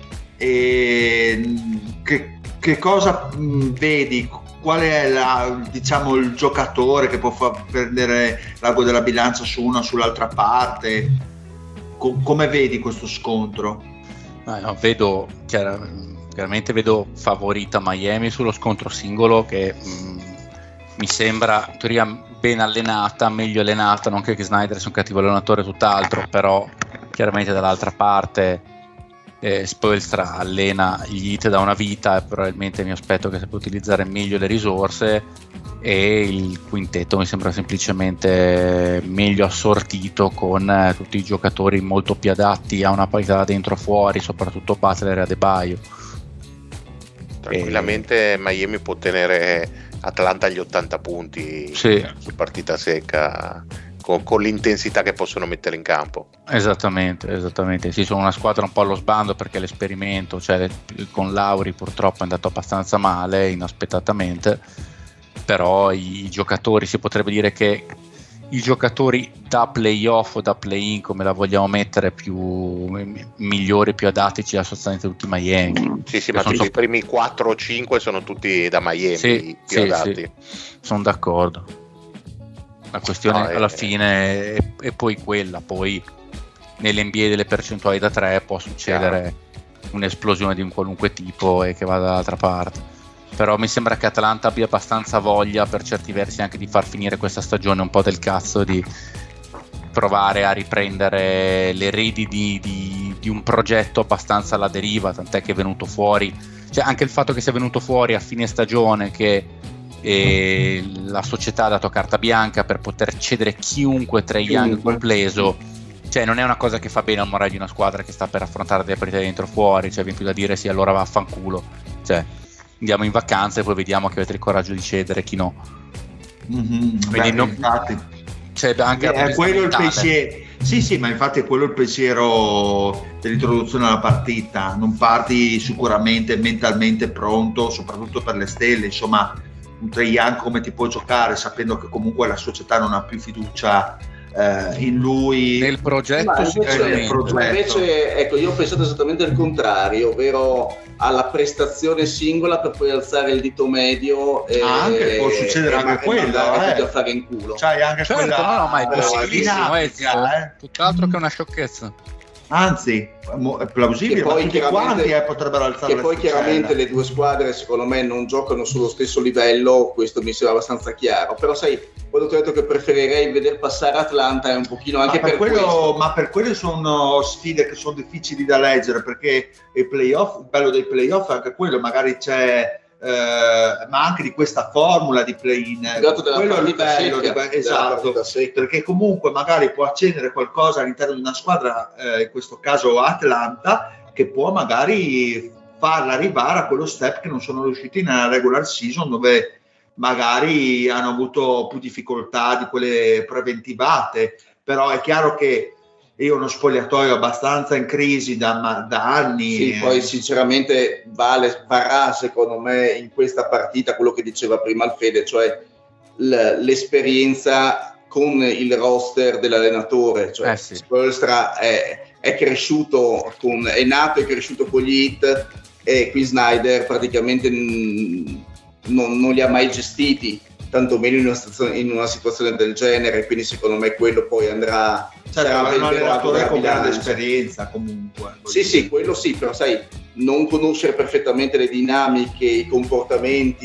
E che, che cosa mh, vedi? Qual è la, diciamo, il giocatore che può far perdere l'ago della bilancia su una o sull'altra parte? Co- come vedi questo scontro? No, no, vedo chiar- chiaramente vedo favorita Miami sullo scontro singolo, che mh, mi sembra in teoria ben allenata, meglio allenata, non che Snyder sia un cattivo allenatore, tutt'altro, però chiaramente dall'altra parte eh, Spoelstra allena gli Heat da una vita e probabilmente mi aspetto che sappia utilizzare meglio le risorse, e il quintetto mi sembra semplicemente meglio assortito, con eh, tutti i giocatori molto più adatti a una parità da dentro fuori, soprattutto Butler e Adebayo. Tranquillamente e... Miami può tenere Atlanta agli ottanta punti, sì, su partita secca, con, con l'intensità che possono mettere in campo. Esattamente, esattamente. Sì, sono una squadra un po' allo sbando, perché l'esperimento, cioè con Lauri purtroppo è andato abbastanza male, inaspettatamente, però i, i giocatori, si potrebbe dire che i giocatori da playoff o da play-in, come la vogliamo mettere, più migliori, più adatti, ci ha sostanzialmente tutti Miami. Sì, sì, ma tutti so... i primi quattro o cinque sono tutti da Miami, sì, più sì, adatti. Sì, sono d'accordo. La questione no, alla è... fine è, è poi quella, poi nell'N B A delle percentuali da tre può succedere Chiaro. un'esplosione di un qualunque tipo e che vada dall'altra parte. Però mi sembra che Atlanta abbia abbastanza voglia, per certi versi, anche di far finire questa stagione un po' del cazzo, di provare a riprendere le reti di, di, di un progetto abbastanza alla deriva, tant'è che è venuto fuori, cioè anche il fatto che sia venuto fuori a fine stagione che eh, la società ha dato carta bianca per poter cedere chiunque Trae Young compreso, cioè non è una cosa che fa bene al morale di una squadra che sta per affrontare delle partite dentro fuori, cioè viene più da dire sì, allora vaffanculo, cioè andiamo in vacanza e poi vediamo che avete il coraggio di cedere, chi no. Mm-hmm, Quindi beh, non, infatti c'è anche è quello il pensiero, sì sì, ma infatti è quello il pensiero dell'introduzione alla partita, non parti sicuramente mentalmente pronto, soprattutto per le stelle, insomma un Trae Young come ti può giocare sapendo che comunque la società non ha più fiducia eh, in lui nel progetto, ma sicuramente. progetto. Ma invece, ecco, io ho pensato esattamente il contrario, ovvero alla prestazione singola per poi alzare il dito medio e, Ah, anche, può succedere e anche ma- e quello, mandare eh. tutti a fare in culo. c'hai anche Certo, quella no, no, ma è quella possibilissimo, è dinamica, eh. tutt'altro che una sciocchezza. Anzi, mo- è plausibile, Che ma poi tutti chiaramente- quanti eh, potrebbero alzare Che poi l'asticella. chiaramente le due squadre secondo me non giocano sullo stesso livello, questo mi sembra abbastanza chiaro, però sai, quando ti ho detto che preferirei vedere passare Atlanta è un pochino anche ma per, per, quello, questo. ma per quello sono sfide che sono difficili da leggere, perché i playoff, il bello dei playoff è anche quello, magari c'è eh, ma anche di questa formula di play-in, Dato della quello è il partita bello, secca, di- della esatto, partita secca. perché comunque magari può accendere qualcosa all'interno di una squadra, eh, in questo caso Atlanta, che può magari farla arrivare a quello step che non sono riusciti nella regular season, dove magari hanno avuto più difficoltà di quelle preventivate. Però è chiaro che io ho uno spogliatoio abbastanza in crisi da, ma- da anni. Sì, poi sinceramente vale, varrà secondo me in questa partita quello che diceva prima il Fede, cioè l- l'esperienza con il roster dell'allenatore, cioè Eh sì. Spoelstra è, è cresciuto con, è nato e cresciuto con gli Heat, e qui Snyder praticamente mh, non, non li ha mai gestiti, tantomeno in una, situazione, in una situazione del genere, quindi secondo me quello poi andrà Cioè, sarà è un ben verato allenatore dalla con grande bilancia. esperienza comunque. Sì, sì, quello sì, però sai, non conoscere perfettamente le dinamiche, i comportamenti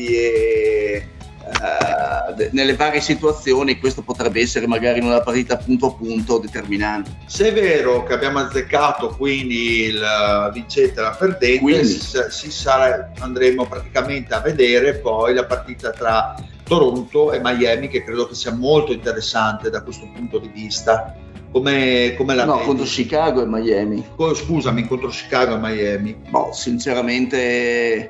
e uh, de- nelle varie situazioni, questo potrebbe essere magari in una partita punto a punto determinante. Se è vero che abbiamo azzeccato quindi il vincente e la perdente, Quindi. si, si sarà, andremo praticamente a vedere poi la partita tra Toronto e Miami, che credo che sia molto interessante da questo punto di vista. Come, come la No, vedi? contro Chicago e Miami. Co- Scusami, contro Chicago e Miami. Boh, sinceramente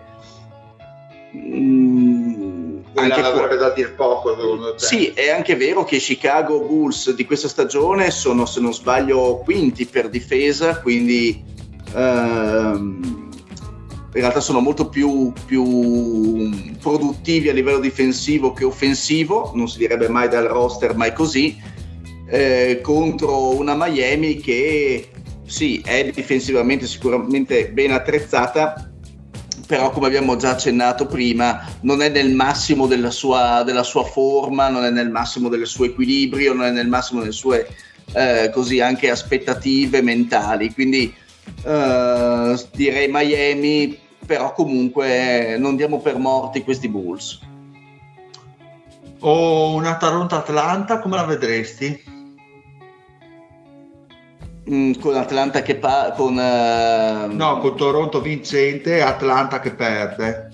mm, Quella anche qua- avrebbe da dir poco, secondo te? Sì, è anche vero che i Chicago Bulls di questa stagione sono, se non sbaglio, quinti per difesa, quindi ehm, in realtà sono molto più, più produttivi a livello difensivo che offensivo, non si direbbe mai dal roster, ma è così, eh, contro una Miami che sì, è difensivamente sicuramente ben attrezzata, però come abbiamo già accennato prima non è nel massimo della sua, della sua forma, non è nel massimo del suo equilibrio, non è nel massimo delle sue eh, così anche aspettative mentali, quindi eh, direi Miami, però comunque non diamo per morti questi Bulls. O una Toronto-Atlanta, come la vedresti? Mm, con Atlanta che pa- con eh, No, con Toronto vincente e Atlanta che perde.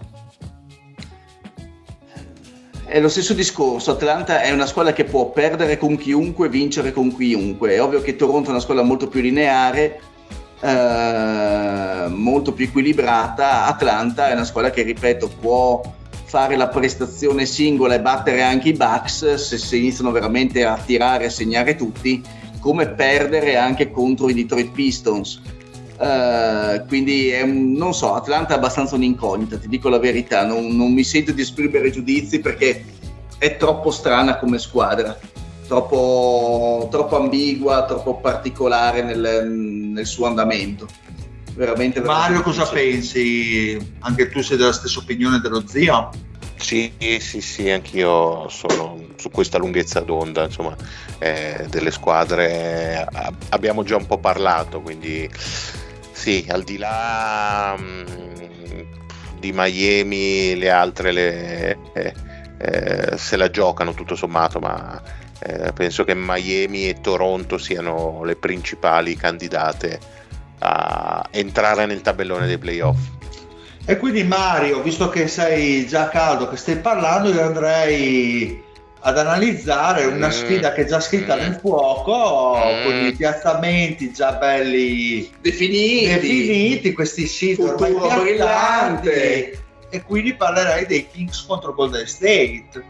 È lo stesso discorso, Atlanta è una squadra che può perdere con chiunque, vincere con chiunque. È ovvio che Toronto è una squadra molto più lineare, eh, molto più equilibrata. Atlanta è una squadra che, ripeto, può fare la prestazione singola e battere anche i Bucks se, se iniziano veramente a tirare e a segnare tutti, come perdere anche contro i Detroit Pistons. Uh, quindi è un, non so, Atlanta è abbastanza un'incognita, ti dico la verità, non, non mi sento di esprimere giudizi perché è troppo strana come squadra, troppo, troppo ambigua, troppo particolare nel, nel suo andamento. Veramente, veramente Mario, cosa difficile. pensi? Anche tu sei della stessa opinione dello zio? Sì, sì, sì, anch'io sono su questa lunghezza d'onda, insomma, eh, delle squadre eh, abbiamo già un po' parlato, quindi sì, al di là mh, di Miami, le altre le, eh, eh, se la giocano tutto sommato, ma eh, penso che Miami e Toronto siano le principali candidate a entrare nel tabellone dei playoff. E quindi Mario, visto che sei già caldo, che stai parlando, io andrei ad analizzare una Mm. sfida che è già scritta Mm. nel fuoco, Mm. con i piazzamenti già belli Definiti, definiti, questi siti ormai Futuro piazzati, brillante. e quindi parlerei dei Kings contro Golden State.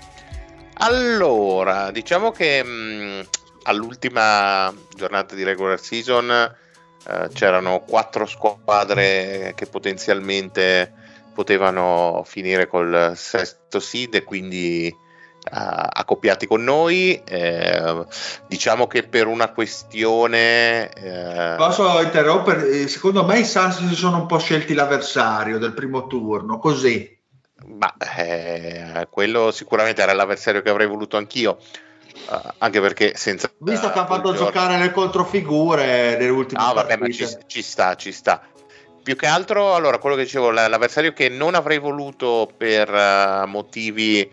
Allora, diciamo che mh, all'ultima giornata di regular season eh, c'erano quattro squadre che potenzialmente potevano finire col sesto seed e quindi accoppiati con noi. Eh, diciamo che per una questione eh... posso interrompere? Secondo me i Suns si sono un po' scelti l'avversario del primo turno, così. Ma eh, quello sicuramente era l'avversario che avrei voluto anch'io, uh, anche perché senza visto uh, che ha fatto giorno... giocare le controfigure nelle ultime ah, vabbè, ma ci, ci sta, ci sta. Più che altro, allora, quello che dicevo, l'avversario che non avrei voluto per uh, motivi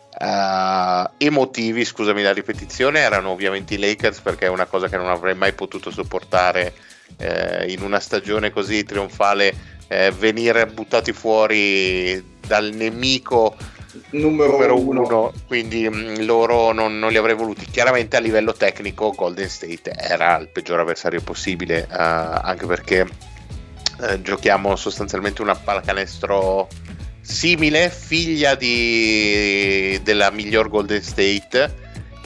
uh, emotivi, scusami la ripetizione, erano ovviamente i Lakers, perché è una cosa che non avrei mai potuto sopportare uh, in una stagione così trionfale, uh, venire buttati fuori dal nemico numero, numero uno. uno, quindi mh, loro non, non li avrei voluti. Chiaramente a livello tecnico Golden State era il peggior avversario possibile, uh, anche perché uh, giochiamo sostanzialmente una pallacanestro simile, figlia di, della miglior Golden State,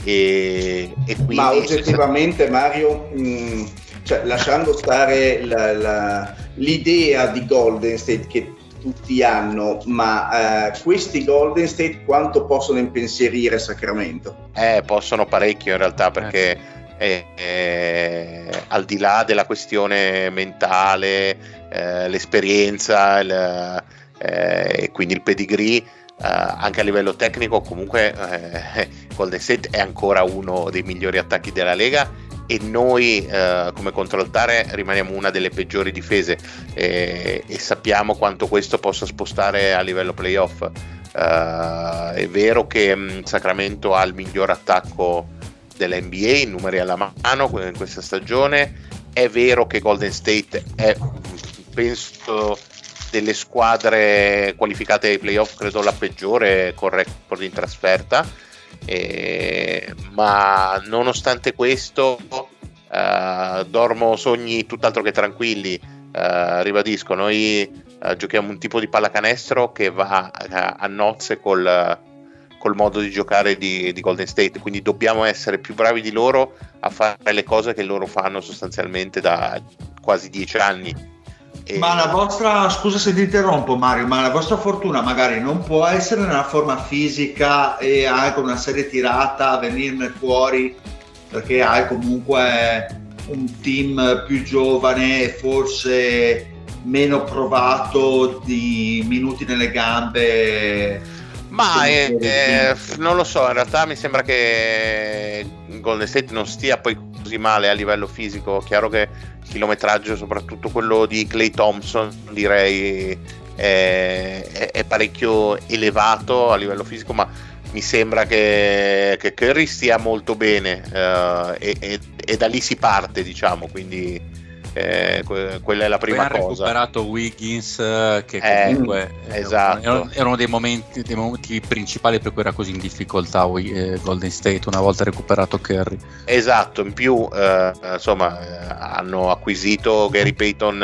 e, e quindi ma oggettivamente Mario, mh, cioè, lasciando stare la, la, l'idea di Golden State che tutti hanno, ma uh, questi Golden State quanto possono impensierire Sacramento? Eh, possono parecchio in realtà, perché eh. eh, eh, al di là della questione mentale, eh, l'esperienza il, eh, e quindi il pedigree, eh, anche a livello tecnico comunque eh, Golden State è ancora uno dei migliori attacchi della Lega, e noi eh, come contraltare rimaniamo una delle peggiori difese, e, e sappiamo quanto questo possa spostare a livello playoff. Uh, è vero che mh, Sacramento ha il miglior attacco dell'N B A, numeri alla mano in questa stagione. È vero che Golden State è, penso, delle squadre qualificate ai playoff, credo la peggiore con record in trasferta. Eh, ma nonostante questo uh, dormo sogni tutt'altro che tranquilli. Uh, ribadisco, noi uh, giochiamo un tipo di pallacanestro che va uh, a nozze col, col modo di giocare di, di Golden State, quindi dobbiamo essere più bravi di loro a fare le cose che loro fanno sostanzialmente da quasi dieci anni. Ma la vostra, scusa se ti interrompo Mario, ma la vostra fortuna magari non può essere nella forma fisica e anche una serie tirata, venirne fuori, perché hai comunque un team più giovane e forse meno provato di minuti nelle gambe. Ma eh, eh, non lo so, in realtà mi sembra che Golden State non stia poi così male a livello fisico. Chiaro che il chilometraggio, soprattutto quello di Klay Thompson, direi è, è, è parecchio elevato a livello fisico, ma mi sembra che, che Curry stia molto bene, uh, e, e, e da lì si parte, diciamo, quindi eh, que- quella è la prima poi cosa. Ha recuperato Wiggins, eh, che comunque eh, esatto. era, era uno dei momenti, dei motivi principali per cui era così in difficoltà eh, Golden State una volta recuperato Curry. Esatto, in più eh, insomma eh, hanno acquisito Gary Payton,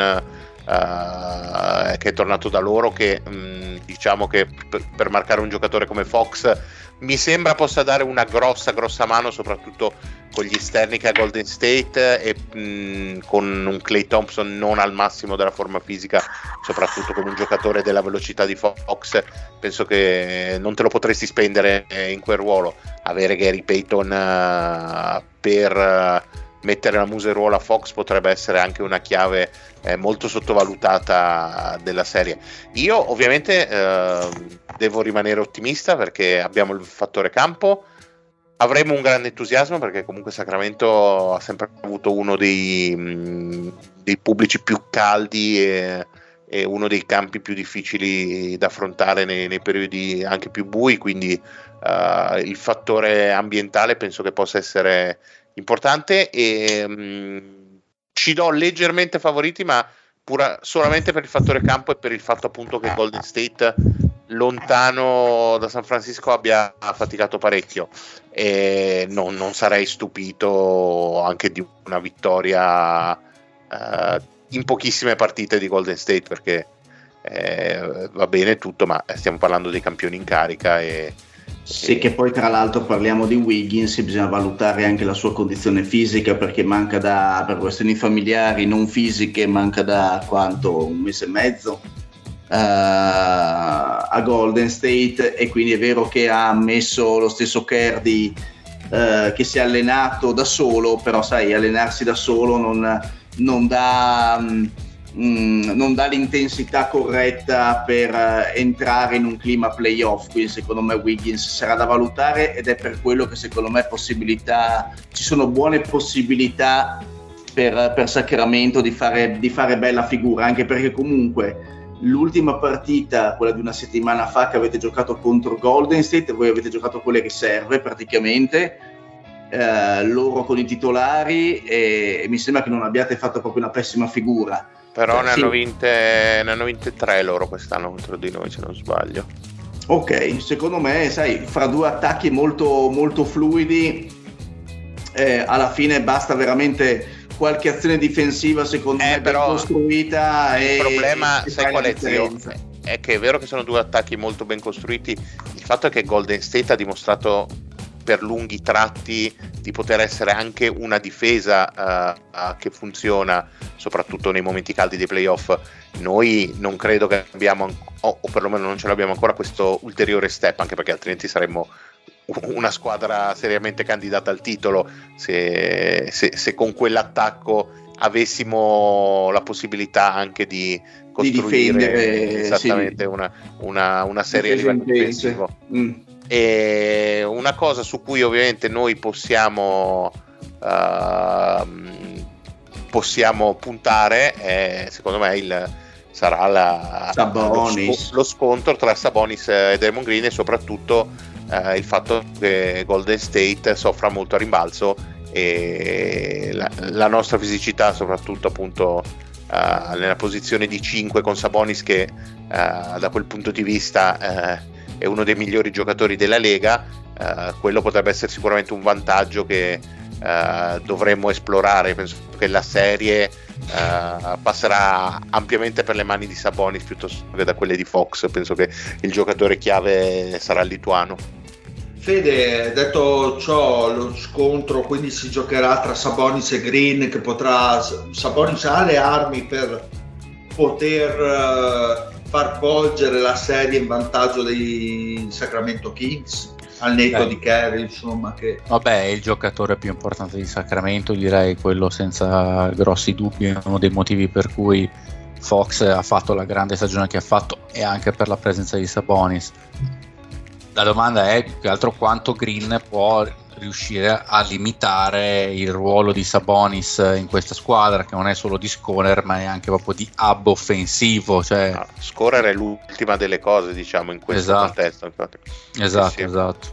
eh, che è tornato da loro, che mh, diciamo che per, per marcare un giocatore come Fox mi sembra possa dare una grossa grossa mano, soprattutto con gli esterni che ha Golden State, e mh, con un Klay Thompson non al massimo della forma fisica, soprattutto con un giocatore della velocità di Fox, penso che non te lo potresti spendere in quel ruolo. Avere Gary Payton uh, per uh, mettere la museruola a Fox potrebbe essere anche una chiave eh, molto sottovalutata della serie. Io ovviamente eh, devo rimanere ottimista perché abbiamo il fattore campo, avremo un grande entusiasmo perché comunque Sacramento ha sempre avuto uno dei, mh, dei pubblici più caldi e, e uno dei campi più difficili da affrontare nei, nei periodi anche più bui, quindi uh, il fattore ambientale penso che possa essere importante, e mh, ci do leggermente favoriti, ma pura, solamente per il fattore campo e per il fatto appunto che Golden State lontano da San Francisco abbia faticato parecchio, e non, non sarei stupito anche di una vittoria uh, in pochissime partite di Golden State, perché eh, va bene tutto, ma stiamo parlando dei campioni in carica. E sì, che poi tra l'altro parliamo di Wiggins, bisogna valutare anche la sua condizione fisica, perché manca da, per questioni familiari non fisiche, manca da quanto? Un mese e mezzo uh, a Golden State, e quindi è vero che ha ammesso lo stesso Kerr eh, che si è allenato da solo, però sai, allenarsi da solo non, non dà mh, non dà l'intensità corretta per uh, entrare in un clima playoff, quindi secondo me Wiggins sarà da valutare, ed è per quello che secondo me possibilità ci sono buone possibilità per, per Sacramento di fare, di fare bella figura, anche perché comunque l'ultima partita, quella di una settimana fa che avete giocato contro Golden State, voi avete giocato con le riserve praticamente, eh, loro con i titolari, e, e mi sembra che non abbiate fatto proprio una pessima figura. Però Cioè, ne, sì. hanno vinte, ne hanno vinte tre loro quest'anno contro di noi, se non sbaglio. Ok, secondo me, sai, fra due attacchi molto, molto fluidi, eh, alla fine basta veramente qualche azione difensiva, secondo Eh, me, ben però costruita. Il e, problema, e sai fai qual la è, zio? differenza. È che è vero che sono due attacchi molto ben costruiti. Il fatto è che Golden State ha dimostrato per lunghi tratti di poter essere anche una difesa uh, uh, che funziona, soprattutto nei momenti caldi dei playoff. Noi non credo che abbiamo, o, o perlomeno non ce l'abbiamo ancora, questo ulteriore step, anche perché altrimenti saremmo una squadra seriamente candidata al titolo se, se, se con quell'attacco avessimo la possibilità anche di costruire di difendere, esattamente sì. una, una, una serie a livello difensivo. Mm. E una cosa su cui ovviamente noi possiamo uh, possiamo puntare è, secondo me, il sarà la, Sabonis. lo, lo scontro tra Sabonis e Draymond Green, e soprattutto uh, il fatto che Golden State soffra molto a rimbalzo, e la, la nostra fisicità, soprattutto appunto uh, nella posizione di cinque con Sabonis, che uh, da quel punto di vista uh, è uno dei migliori giocatori della Lega, uh, quello potrebbe essere sicuramente un vantaggio che uh, dovremmo esplorare. Penso che la serie uh, passerà ampiamente per le mani di Sabonis piuttosto che da quelle di Fox. Penso che il giocatore chiave sarà il lituano. Fede, detto ciò, lo scontro quindi si giocherà tra Sabonis e Green, che potrà, Sabonis ha le armi per poter uh, far volgere la serie in vantaggio dei Sacramento Kings, al netto Beh. di Kerr, insomma, che Vabbè, è il giocatore più importante di Sacramento, direi, quello senza grossi dubbi, è uno dei motivi per cui Fox ha fatto la grande stagione che ha fatto, e anche per la presenza di Sabonis. La domanda è più che altro quanto Green può riuscire a limitare il ruolo di Sabonis in questa squadra, che non è solo di scorer ma è anche proprio di hub offensivo, cioè... No, scorrere è l'ultima delle cose, diciamo, in questo Esatto. contesto. Infatti. Esatto, Sì, sì. esatto.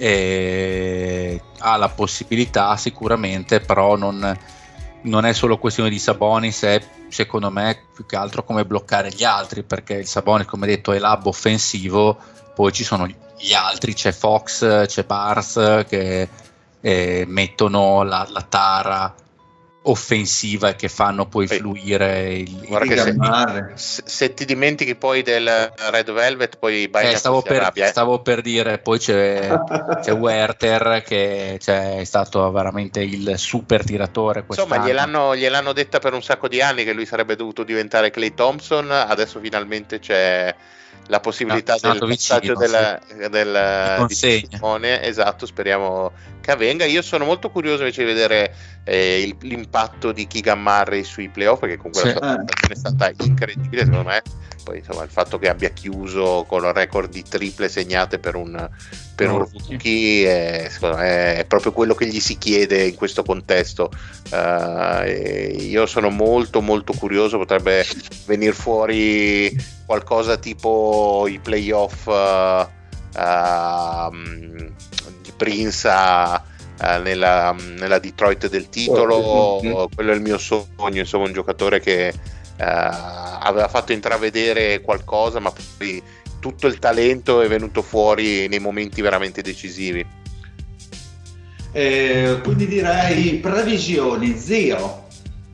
E ha la possibilità sicuramente, però non, non è solo questione di Sabonis, è secondo me più che altro come bloccare gli altri, perché il Sabonis, come detto, è l'hub offensivo, poi ci sono gli altri, c'è Fox, c'è Barnes che eh, mettono la, la tara offensiva e che fanno poi Sì. fluire il, Guarda il che se, gammare. se, se ti dimentichi poi del Red Velvet, poi Biden eh, stavo, si per, arrabbia, eh. stavo per dire, poi c'è, c'è Werther che cioè, è stato veramente il super tiratore quest'anno. Insomma, gliel'hanno, gliel'hanno detta per un sacco di anni che lui sarebbe dovuto diventare Klay Thompson. Adesso finalmente c'è la possibilità No, è del stato passaggio vicino, del, sì. del, Di consegna. di Simone. Esatto, speriamo che avvenga. Io sono molto curioso invece di vedere eh, il, l'impatto di Keegan Murray sui playoff, perché comunque Sì. la sua prestazione è stata incredibile, secondo me. Poi insomma il fatto che abbia chiuso con un record di triple segnate per un, per un rookie è, secondo me è proprio quello che gli si chiede in questo contesto. Uh, e io sono molto molto curioso, potrebbe venire fuori qualcosa tipo i playoff uh, uh, di Prince a, a, nella, nella Detroit del titolo. Mm-hmm. Quello è il mio sogno, insomma, un giocatore che uh, aveva fatto intravedere qualcosa, ma poi tutto il talento è venuto fuori nei momenti veramente decisivi. Eh, quindi direi previsioni, zio.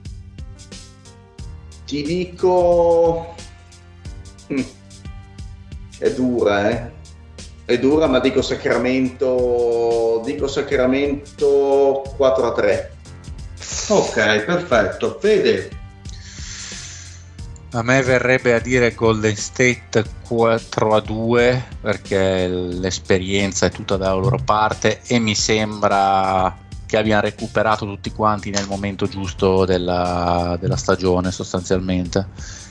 Ti dico mm. è dura, eh è dura, ma dico Sacramento dico Sacramento quattro a tre. Ok, perfetto. Fede? A me verrebbe a dire Golden State quattro a due, perché l'esperienza è tutta dalla loro parte e mi sembra che abbiano recuperato tutti quanti nel momento giusto della, della stagione sostanzialmente.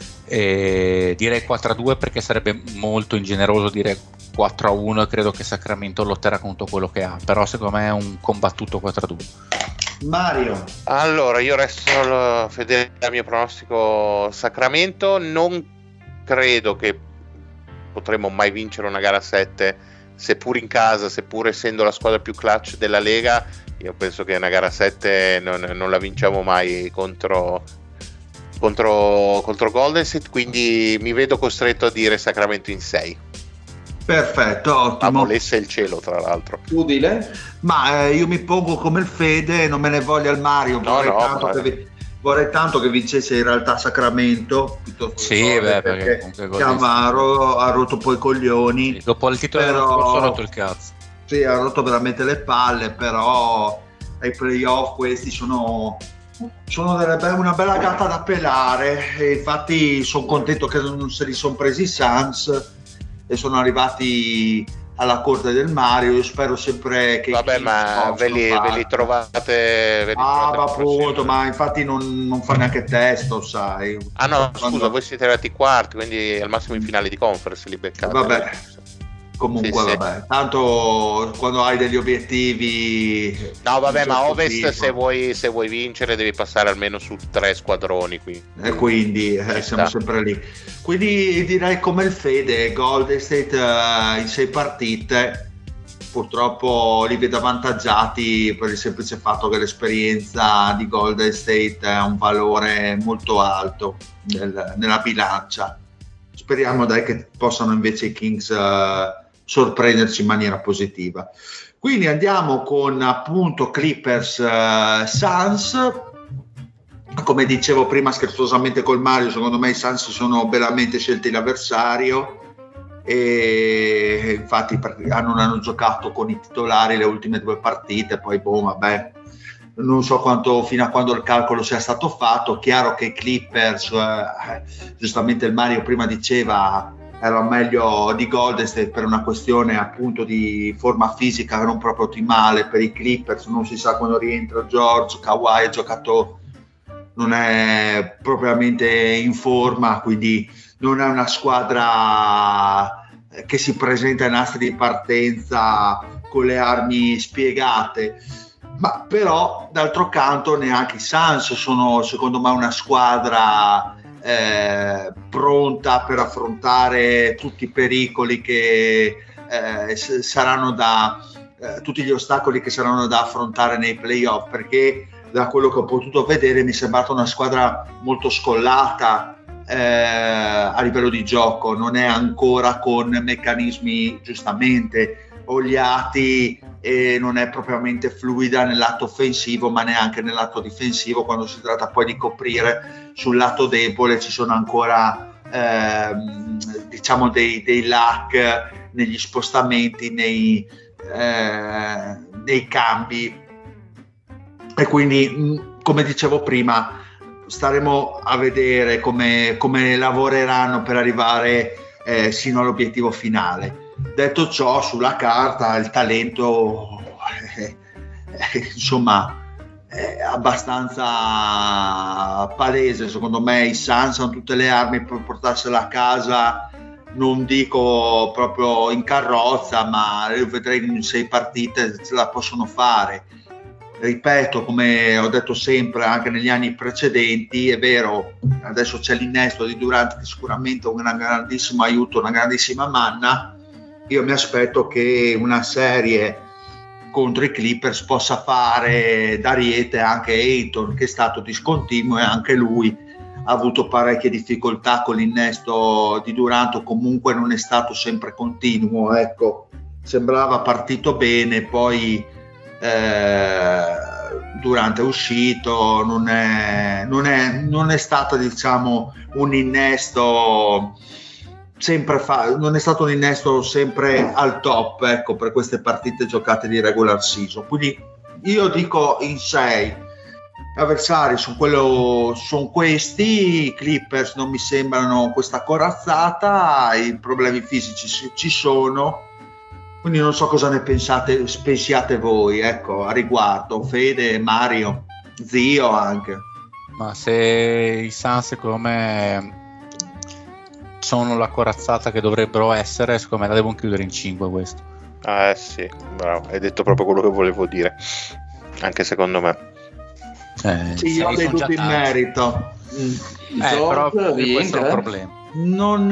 E direi quattro a due perché sarebbe molto ingeneroso dire quattro a uno, e credo che Sacramento lotterà contro quello che ha, però secondo me è un combattuto quattro a due. Mario. Allora, io resto fedele al mio pronostico Sacramento. Non credo che potremo mai vincere una gara sette, seppur in casa, seppur essendo la squadra più clutch della Lega. Io penso che una gara sette non, non la vinciamo mai contro, contro, contro Golden State, quindi mi vedo costretto a dire Sacramento in sei. Perfetto, ottimo. Ma volesse il cielo, tra l'altro. Udile? Ma eh, io mi pongo come il Fede, non me ne voglia il Mario, No, vorrei, no, tanto ma- che vi- vorrei tanto che vincesse in realtà Sacramento, piuttosto che Sì, Golden, beh, perché perché comunque Golden Chiamaro ha rotto poi i coglioni. Sì, dopo il titolo Però- dell'anno scorso ha rotto il cazzo. Sì, ha rotto veramente le palle, però ai playoff questi sono, sono delle be- una bella gatta da pelare, e infatti sono contento che non se li sono presi i Suns e sono arrivati alla corte del Mario. Io spero sempre che i Vabbè, Kings ma possano ve li, ve fare. li trovate, ve li Ah, trovate ma il prossimo- appunto, ma infatti non, non fa neanche testo, sai. Ah no, Quando- scusa, voi siete arrivati quarti, quindi al massimo in finale di conference li beccate. Vabbè. Comunque, Sì, sì. vabbè, tanto quando hai degli obiettivi. No, vabbè, di ma certo Ovest tipo, se vuoi, se vuoi vincere devi passare almeno su tre squadroni qui. e quindi eh, Ci siamo sta. sempre lì. Quindi direi come il Fede, Golden State eh, in sei partite, purtroppo li vedo avvantaggiati per il semplice fatto che l'esperienza di Golden State ha un valore molto alto nel- nella bilancia. Speriamo dai che possano invece i Kings eh, sorprenderci in maniera positiva. Quindi andiamo con appunto Clippers eh, Suns. Come dicevo prima scherzosamente col Mario, secondo me i Suns sono veramente scelti l'avversario, e infatti per- hanno, hanno giocato con i titolari le ultime due partite, poi boh, vabbè, non so quanto, fino a quando il calcolo sia stato fatto. Chiaro che i Clippers, eh, giustamente il Mario prima diceva, era meglio di Golden State per una questione appunto di forma fisica non proprio ottimale per i Clippers. Non si sa quando rientra George, Kawhi ha giocato, non è propriamente in forma, quindi non è una squadra che si presenta in asta di partenza con le armi spiegate. Ma però d'altro canto neanche i Suns sono secondo me una squadra eh, pronta per affrontare tutti i pericoli che eh, s- saranno da eh, tutti gli ostacoli che saranno da affrontare nei playoff, perché da quello che ho potuto vedere mi è sembrata una squadra molto scollata eh, a livello di gioco, non è ancora con meccanismi giustamente oliati e non è propriamente fluida nell'atto offensivo, ma neanche nell'atto difensivo. Quando si tratta poi di coprire sul lato debole ci sono ancora ehm, diciamo dei, dei lack negli spostamenti, nei, eh, nei cambi, e quindi mh, come dicevo prima staremo a vedere come, come lavoreranno per arrivare eh, sino all'obiettivo finale. Detto ciò, sulla carta il talento eh, eh, insomma è abbastanza palese. Secondo me i Suns hanno tutte le armi per portarsela a casa, non dico proprio in carrozza, ma io vedrei in sei partite ce la possono fare. Ripeto, come ho detto sempre anche negli anni precedenti, è vero, adesso c'è l'innesto di Durant che sicuramente è un grandissimo aiuto, una grandissima manna. Io mi aspetto che una serie contro i Clippers possa fare d'ariete anche Ayton, che è stato discontinuo e anche lui ha avuto parecchie difficoltà con l'innesto di Durant, o comunque non è stato sempre continuo. Ecco, sembrava partito bene, poi eh, Durant è uscito, non è, non è, non è stato diciamo un innesto sempre fa- non è stato un innesto sempre al top, ecco, per queste partite giocate di regular season. Quindi io dico in sei. avversari sono, quello, sono questi, i Clippers non mi sembrano questa corazzata, i problemi fisici ci sono, quindi non so cosa ne pensate, pensiate voi, ecco, a riguardo, Fede, Mario, Zio anche. Ma se i Suns secondo me sono la corazzata che dovrebbero essere, secondo me la devono chiudere in cinque questo. Ah eh sì, bravo, hai detto proprio quello che volevo dire, anche secondo me. Eh, sì, io ho dei dubbi in merito. Mm. Eh, però questo è un problema. Non,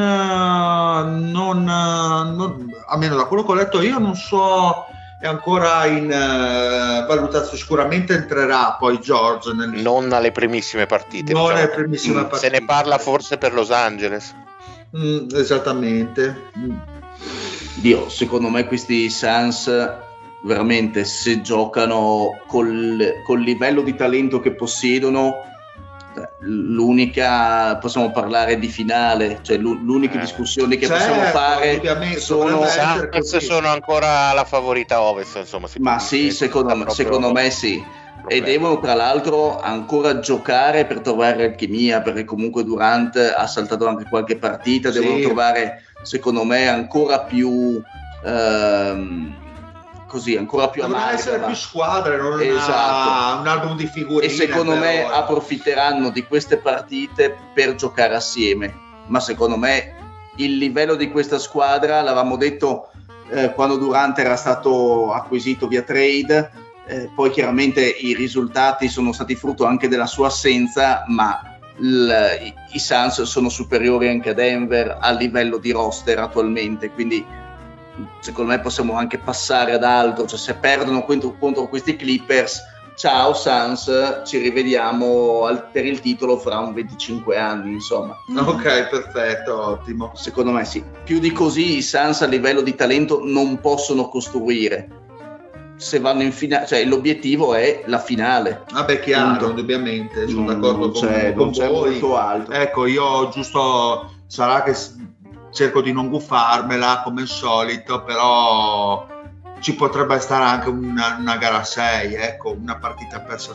non, non, almeno da quello che ho letto io, non so, è ancora in uh, valutazione. Sicuramente entrerà poi George nel... non alle primissime partite, non diciamo. alle primissime mm, partite. Se ne parla forse per Los Angeles. Mm, esattamente. Mm. Dio, secondo me questi Suns veramente, se giocano col, col livello di talento che possiedono, l'unica, possiamo parlare di finale, cioè l'unica eh. discussione che certo, possiamo fare sono Suns sono ancora la favorita Ovest, insomma. Ma sì, secondo me, secondo me sì. E devono tra l'altro ancora giocare per trovare alchimia, perché comunque Durant ha saltato anche qualche partita, devono sì. trovare secondo me ancora più ehm, così, ancora più devono amarga, essere ma... più squadre, non esatto. una, un album di figurine. E secondo me però... approfitteranno di queste partite per giocare assieme, ma secondo me il livello di questa squadra, l'avevamo detto eh, quando Durant era stato acquisito via trade. Eh, poi chiaramente i risultati sono stati frutto anche della sua assenza, ma l, i, i Suns sono superiori anche a Denver a livello di roster attualmente, quindi secondo me possiamo anche passare ad altro, cioè se perdono contro, contro questi Clippers, ciao Suns, ci rivediamo al, per il titolo fra un venticinque anni, insomma. Ok, perfetto, ottimo. Secondo me sì, più di così i Suns a livello di talento non possono costruire. Se vanno in finale, cioè l'obiettivo è la finale. Vabbè, chiaro, indubbiamente, sono non, d'accordo non con, c'è, con non c'è voi. molto altro. Ecco, io giusto, sarà che cerco di non guffarmela come al solito, però ci potrebbe stare anche una, una gara sei, ecco, una partita persa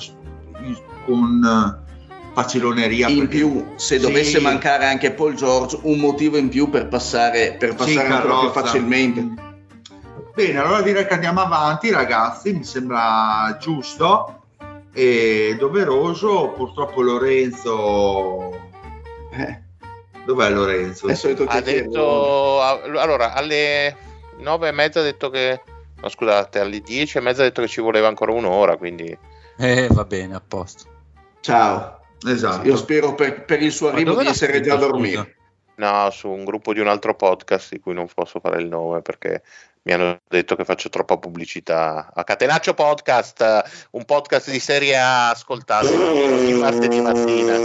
con faciloneria. In perché... più, se dovesse sì. mancare anche Paul George, un motivo in più per passare, per passare sì, ancora più facilmente. Bene, allora direi che andiamo avanti, ragazzi, mi sembra giusto e doveroso. Purtroppo Lorenzo eh. Dov'è Lorenzo? Ha detto, allora alle nove e mezza ha detto che, no scusate, alle dieci e mezza ha detto che ci voleva ancora un'ora, quindi eh va bene, a posto. Ciao. Esatto. Io spero per, per il suo arrivo di essere già a dormire. No, su un gruppo di un altro podcast di cui non posso fare il nome perché mi hanno detto che faccio troppa pubblicità. A Catenaccio Podcast, un podcast di serie A, ascoltate ogni martedì mattina.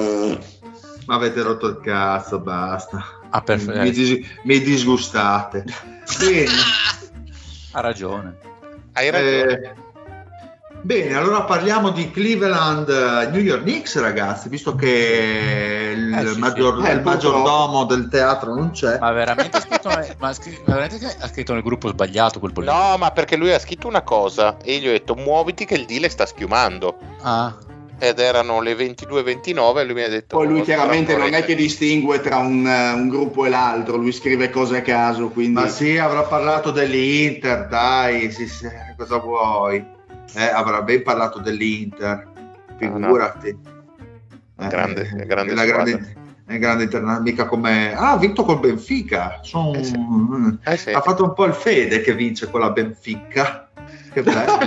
Ma avete rotto il cazzo, basta. Ah, perfetto. Mi, dis- mi disgustate. Bene. Ha ragione. Hai ragione. Eh, bene, allora parliamo di Cleveland New York Knicks, ragazzi, visto che il, eh, sì, maggior, sì. il maggiordomo del teatro non c'è. Ma veramente ha scritto, ma ha scritto, ma veramente ha scritto nel gruppo sbagliato quel bolletto? No, ma perché lui ha scritto una cosa e gli ho detto muoviti che il deal sta schiumando. Ah. Ed erano le ventidue e ventinove e lui mi ha detto... Poi lui chiaramente non è che distingue tra un, un gruppo e l'altro, lui scrive cose a caso, quindi... Ma sì, avrà parlato dell'Inter, dai, sì, sì, cosa vuoi? Eh, avrà ben parlato dell'Inter, figurati. Ah, no. Grande, eh, grande, è la grande, è grande interna, mica come... Ah, ha vinto col Benfica. Sono... Eh sì. Eh sì. Ha fatto un po' il Fede che vince con la Benfica. Che bello.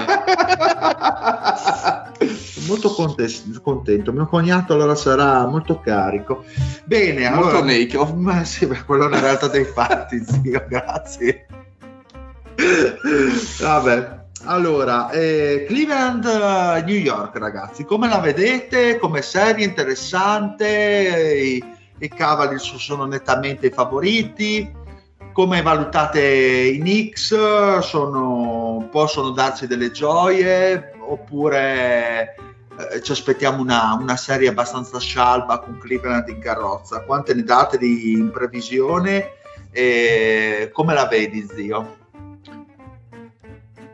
Molto contento, mio cognato allora sarà molto carico. Bene, molto allora, necro. Ma sì, beh, quello è una realtà dei fatti, zio, grazie. Vabbè, allora, eh, Cleveland uh, New York, ragazzi, come la vedete? Come serie interessante? I, i Cavaliers sono nettamente i favoriti. Come valutate i Knicks? Sono, possono darci delle gioie oppure eh, ci aspettiamo una, una serie abbastanza scialba con Cleveland in carrozza? Quante ne date di in previsione e come la vedi, zio?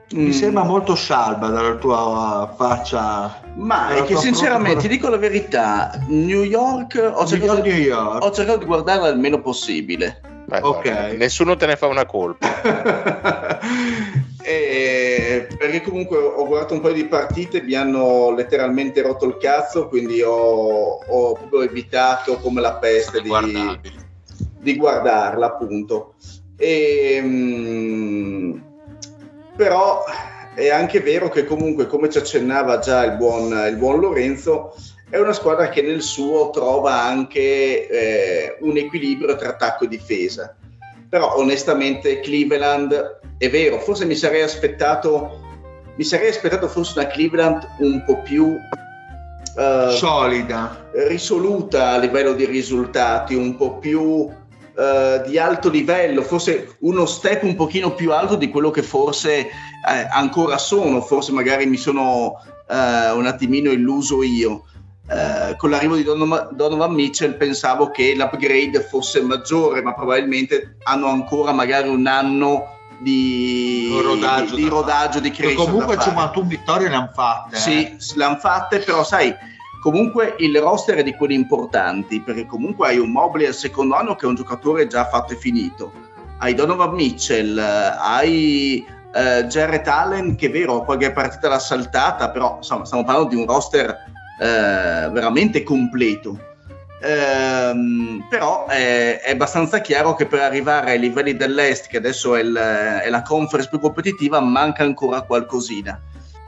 Mi mm. sembra molto scialba dalla tua faccia. Ma è che sinceramente, ti dico la verità, New York ho cercato, New York. ho cercato di guardarla il meno possibile. Beh, ok, guarda, nessuno te ne fa una colpa. E, perché comunque ho guardato un paio di partite, mi hanno letteralmente rotto il cazzo, quindi ho, ho proprio evitato come la peste di, di guardarla, appunto. E, mh, però è anche vero che comunque, come ci accennava già il buon, il buon Lorenzo, è una squadra che nel suo trova anche eh, un equilibrio tra attacco e difesa. Però onestamente Cleveland, è vero, forse mi sarei aspettato mi sarei aspettato forse una Cleveland un po' più eh, solida, risoluta a livello di risultati, un po' più eh, di alto livello, forse uno step un pochino più alto di quello che forse eh, ancora sono, forse magari mi sono eh, un attimino illuso io. Uh, con l'arrivo di Donovan, Donovan Mitchell pensavo che l'upgrade fosse maggiore, ma probabilmente hanno ancora magari un anno di rodaggio, di, di, rodaggio, di crescita. Comunque cinquantuno vittorie le hanno fatte. Sì, eh. le hanno fatte, però sai, comunque il roster è di quelli importanti, perché comunque hai un Mobley al secondo anno che è un giocatore già fatto e finito, hai Donovan Mitchell, hai uh, Jarrett Allen che è vero, qualche partita l'ha saltata, però insomma stiamo parlando di un roster Eh, veramente completo, eh, però è, è abbastanza chiaro che per arrivare ai livelli dell'Est, che adesso è, il, è la conference più competitiva, manca ancora qualcosina.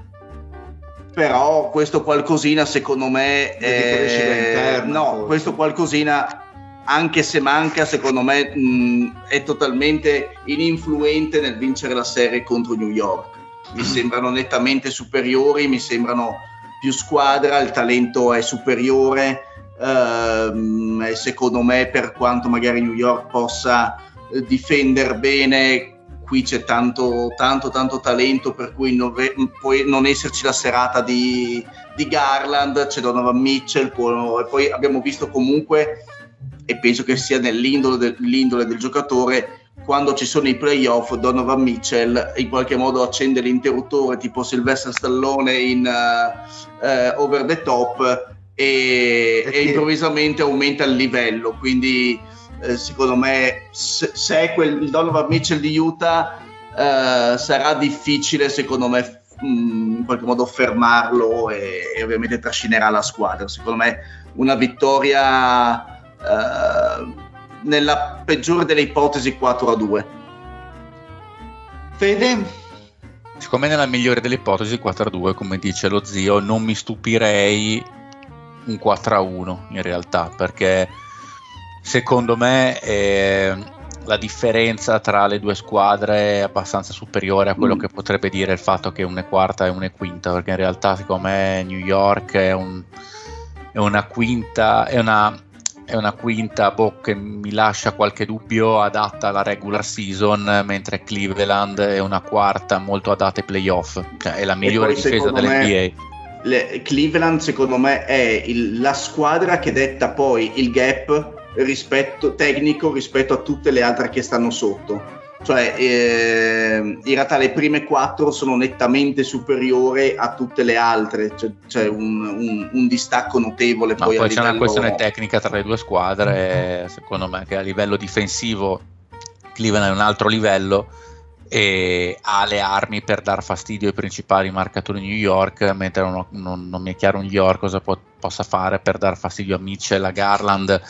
Però questo qualcosina secondo me è, interna, no, forse. questo qualcosina, anche se manca, secondo me mh, è totalmente ininfluente nel vincere la serie contro New York. Mi sembrano nettamente superiori, mi sembrano più squadra, il talento è superiore, ehm, e secondo me, per quanto magari New York possa eh, difendere bene, qui c'è tanto tanto tanto talento, per cui non, ve- può non esserci la serata di, di Garland, c'è Donovan Mitchell, può, e poi abbiamo visto comunque, e penso che sia nell'indole del, l'indole del giocatore, quando ci sono i playoff Donovan Mitchell in qualche modo accende l'interruttore tipo Sylvester Stallone in uh, uh, Over the Top e, e improvvisamente aumenta il livello, quindi uh, secondo me se, se è quel il Donovan Mitchell di Utah uh, sarà difficile secondo me mh, in qualche modo fermarlo e, e ovviamente trascinerà la squadra. Secondo me una vittoria uh, nella peggiore delle ipotesi quattro a due. Fede? Siccome nella migliore delle ipotesi quattro a due, come dice lo zio, non mi stupirei un quattro a uno in realtà, perché secondo me eh, la differenza tra le due squadre è abbastanza superiore a quello mm. che potrebbe dire il fatto che una è quarta e una è quinta, perché in realtà secondo me New York è, un, è una quinta è una è una quinta boh, che mi lascia qualche dubbio, adatta alla regular season, mentre Cleveland è una quarta molto adatta ai playoff, cioè è la migliore difesa dell'N B A. Le, Cleveland secondo me è il, la squadra che detta poi il gap rispetto, tecnico rispetto a tutte le altre che stanno sotto, cioè eh, in realtà le prime quattro sono nettamente superiori a tutte le altre, c'è, c'è un, un, un distacco notevole. Ma poi, poi a c'è livello... una questione tecnica tra le due squadre, secondo me, che a livello difensivo Cleveland è un altro livello e ha le armi per dar fastidio ai principali marcatori di New York, mentre non, non, non mi è chiaro New York cosa po- possa fare per dar fastidio a Mitchell, a Garland,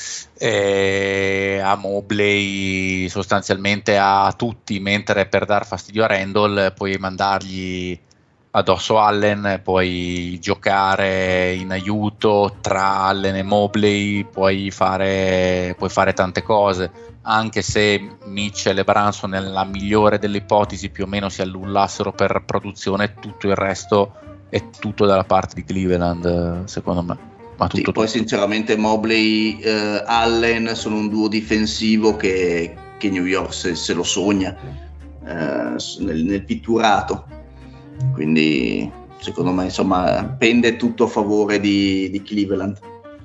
eh, a Mobley, sostanzialmente a tutti, mentre per dar fastidio a Randall puoi mandargli addosso Allen, puoi giocare in aiuto tra Allen e Mobley, puoi fare, puoi fare tante cose, anche se Mitchell e Branson nella migliore delle ipotesi più o meno si annullassero per produzione, tutto il resto è tutto dalla parte di Cleveland, secondo me. Ma tutto, sì, poi tutto. Sinceramente Mobley, eh, Allen sono un duo difensivo che, che New York se, se lo sogna eh, nel, nel pitturato, quindi secondo me insomma pende tutto a favore di, di Cleveland.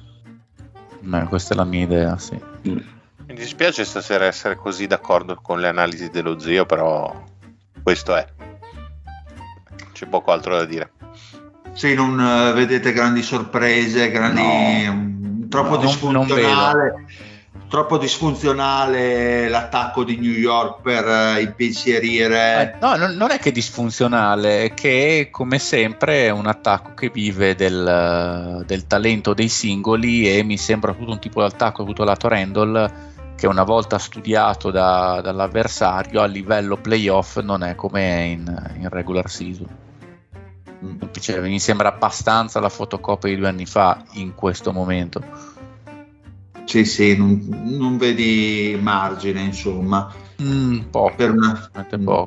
Beh, questa è la mia idea, sì. Mm. Mi dispiace stasera essere così d'accordo con le analisi dello zio, però questo è. c'è poco altro da dire. Sì, non uh, vedete grandi sorprese, grandi no. um, troppo no, disfunzionale, troppo disfunzionale l'attacco di New York per uh, impensierire. Eh, no, non, non è che disfunzionale, è che come sempre è un attacco che vive del, del talento dei singoli, e mi sembra tutto un tipo di attacco tutto lato Randall che una volta studiato da, dall'avversario a livello playoff non è come è in, in regular season. Cioè, mi sembra abbastanza la fotocopia di due anni fa in questo momento. Sì, sì, non, non vedi margine, insomma. Mm, poco, per una... poco.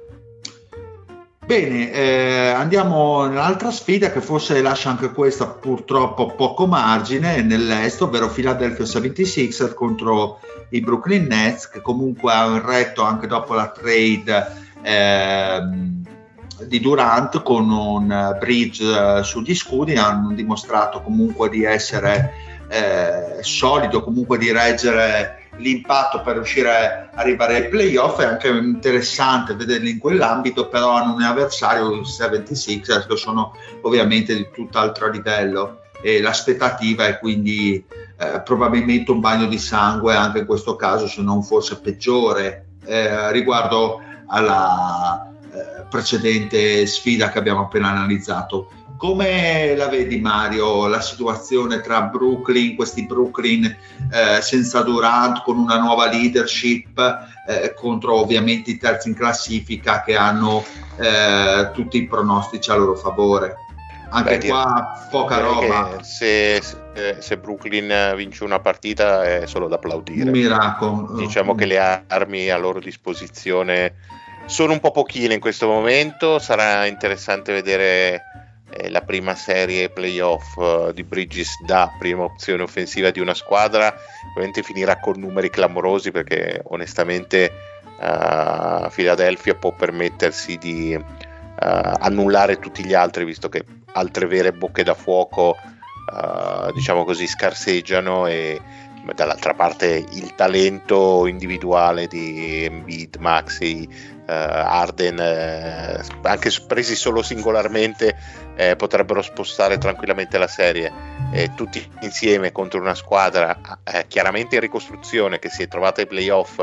Bene, eh, andiamo nell'altra sfida che forse lascia anche questa purtroppo poco margine nell'est, ovvero Philadelphia settantasei contro i Brooklyn Nets, che comunque hanno retto anche dopo la trade eh, di Durant con un bridge uh, sugli scudi. Hanno dimostrato comunque di essere eh, solido, comunque di reggere l'impatto per riuscire a arrivare ai playoff. È anche interessante vederli in quell'ambito, però hanno un avversario, il settantasei, che sono ovviamente di tutt'altro livello, e l'aspettativa è quindi eh, probabilmente un bagno di sangue anche in questo caso, se non forse peggiore eh, riguardo alla precedente sfida che abbiamo appena analizzato. Come la vedi, Mario, la situazione tra Brooklyn, questi Brooklyn eh, senza Durant, con una nuova leadership eh, contro ovviamente i terzi in classifica che hanno eh, tutti i pronostici a loro favore? Anche Beh, qua poca roba. Se, se, se Brooklyn vince una partita è solo da applaudire. Un miracolo. Diciamo che le armi a loro disposizione sono un po' pochine in questo momento. Sarà interessante vedere eh, la prima serie playoff uh, di Bridges da prima opzione offensiva di una squadra. Ovviamente finirà con numeri clamorosi, perché onestamente uh, Philadelphia può permettersi di uh, annullare tutti gli altri, visto che altre vere bocche da fuoco uh, diciamo così scarseggiano, e dall'altra parte il talento individuale di Embiid, Maxey, uh, Harden, uh, anche presi solo singolarmente eh, potrebbero spostare tranquillamente la serie, e tutti insieme contro una squadra eh, chiaramente in ricostruzione, che si è trovata ai playoff,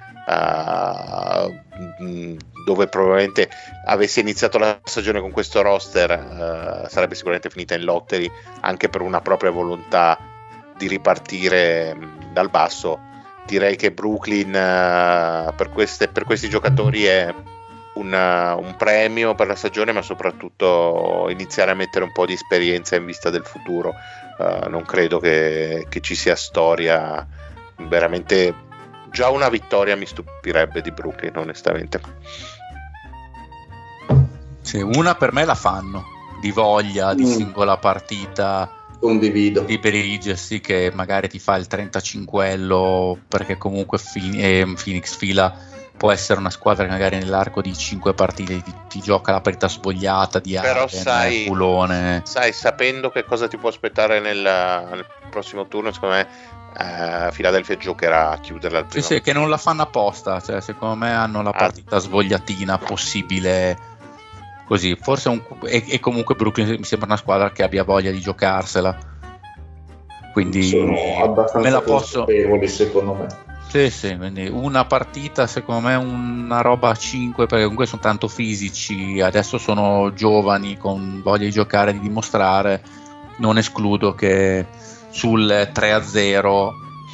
uh, dove probabilmente avesse iniziato la stagione con questo roster uh, sarebbe sicuramente finita in lottery, anche per una propria volontà di ripartire dal basso. Direi che Brooklyn uh, per, queste, per questi giocatori è un, uh, un premio per la stagione, ma soprattutto iniziare a mettere un po' di esperienza in vista del futuro. Uh, non credo che, che ci sia storia. Veramente già una vittoria mi stupirebbe di Brooklyn, onestamente. Sì, una per me la fanno, di voglia, di mm. singola partita. Condivido. Di Bridges, sì, che magari ti fa il trentacinquello, perché comunque Phoenix fila può essere una squadra che magari nell'arco di cinque partite ti, ti gioca la partita svogliata di Però Arden, sai, culone. sai, sapendo che cosa ti può aspettare nel, nel prossimo turno, secondo me uh, Philadelphia giocherà a chiuderla al primo. Sì, sì, che non la fanno apposta, cioè, secondo me hanno la partita ah. svogliatina possibile. Così, forse un, e, e comunque Brooklyn mi sembra una squadra che abbia voglia di giocarsela, quindi sono abbastanza me la posso, secondo me. Sì, sì, quindi una partita secondo me una roba a cinque, perché comunque sono tanto fisici, adesso sono giovani con voglia di giocare, di dimostrare. Non escludo che sul tre a zero